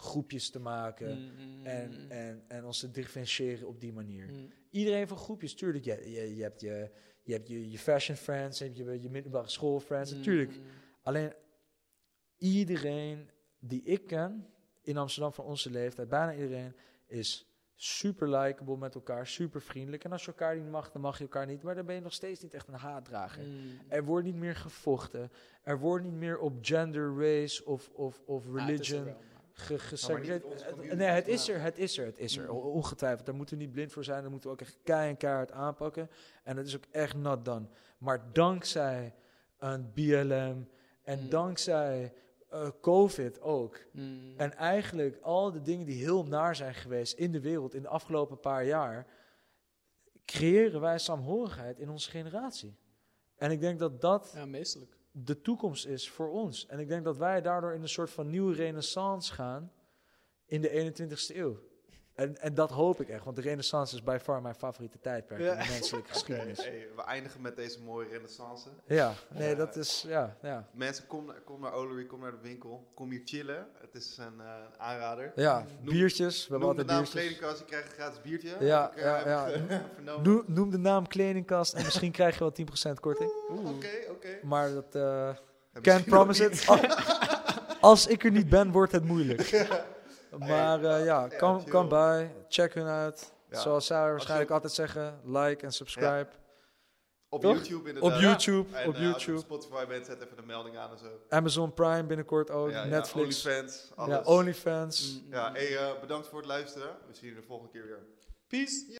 groepjes te maken Mm, en, mm, en, en ons te differentiëren op die manier. mm. Iedereen van groepjes, tuurlijk. Je, je, je hebt je, je, hebt je, je fashion friends, je hebt je, je middelbare school friends, natuurlijk. Mm, Alleen iedereen die ik ken in Amsterdam van onze leeftijd, bijna iedereen, is super likable met elkaar, super vriendelijk. En als je elkaar niet mag, dan mag je elkaar niet. Maar dan ben je nog steeds niet echt een haatdrager. mm. Er wordt niet meer gevochten. Er wordt niet meer op gender, race of, of, of Ja, het is er religion wel, maar- ge- maar niet gesegregeerd. onze Het- community. nee, het Ja. is er, het is er, het is er. Mm. O- Ongetwijfeld. Daar moeten we niet blind voor zijn. Daar moeten we ook echt kei en keihard aanpakken. En dat is ook echt not done. Maar dankzij een B L M en Mm. dankzij eh, COVID ook. Mm. En eigenlijk al de dingen die heel naar zijn geweest in de wereld in de afgelopen paar jaar, creëren wij saamhorigheid in onze generatie. En ik denk dat dat Ja, meestelijk. de toekomst is voor ons. En ik denk dat wij daardoor in een soort van nieuwe renaissance gaan in de eenentwintigste eeuw. En, en dat hoop ik echt, want de renaissance is by far mijn favoriete tijdperk Ja. in de menselijke geschiedenis. Hey, we eindigen met deze mooie renaissance. Ja, nee, dat is, ja, ja. Mensen, kom, naar- kom naar Olery, kom naar de winkel. Kom hier chillen. Het is een eh, aanrader. Ja, Noem- biertjes, we hebben Noem de altijd naam biertjes. kledingkast, je krijgt een gratis biertje. Ja, Heb ik, eh, ja, heb ja. ik, eh, vernomen. Noem, noem de naam kledingkast en misschien krijg je wel tien procent korting. Oeh, Oké, oké. Maar dat, eh En can't misschien promise nog it. niet. Als ik er niet ben, wordt het moeilijk. Maar eh, ja, Ja, kom, chill. kom bij, check hun uit. Ja. Zoals zij waarschijnlijk je- altijd zeggen, like en subscribe. Op Toch? YouTube inderdaad. Op YouTube, En, op eh, als je YouTube. op Spotify bent, zet even de melding aan en zo. Amazon Prime binnenkort ook, Ja, ja, Netflix, OnlyFans, alles. ja, OnlyFans. Mm, Ja, mm. hey, eh, bedankt voor het luisteren. We zien je de volgende keer weer. Peace.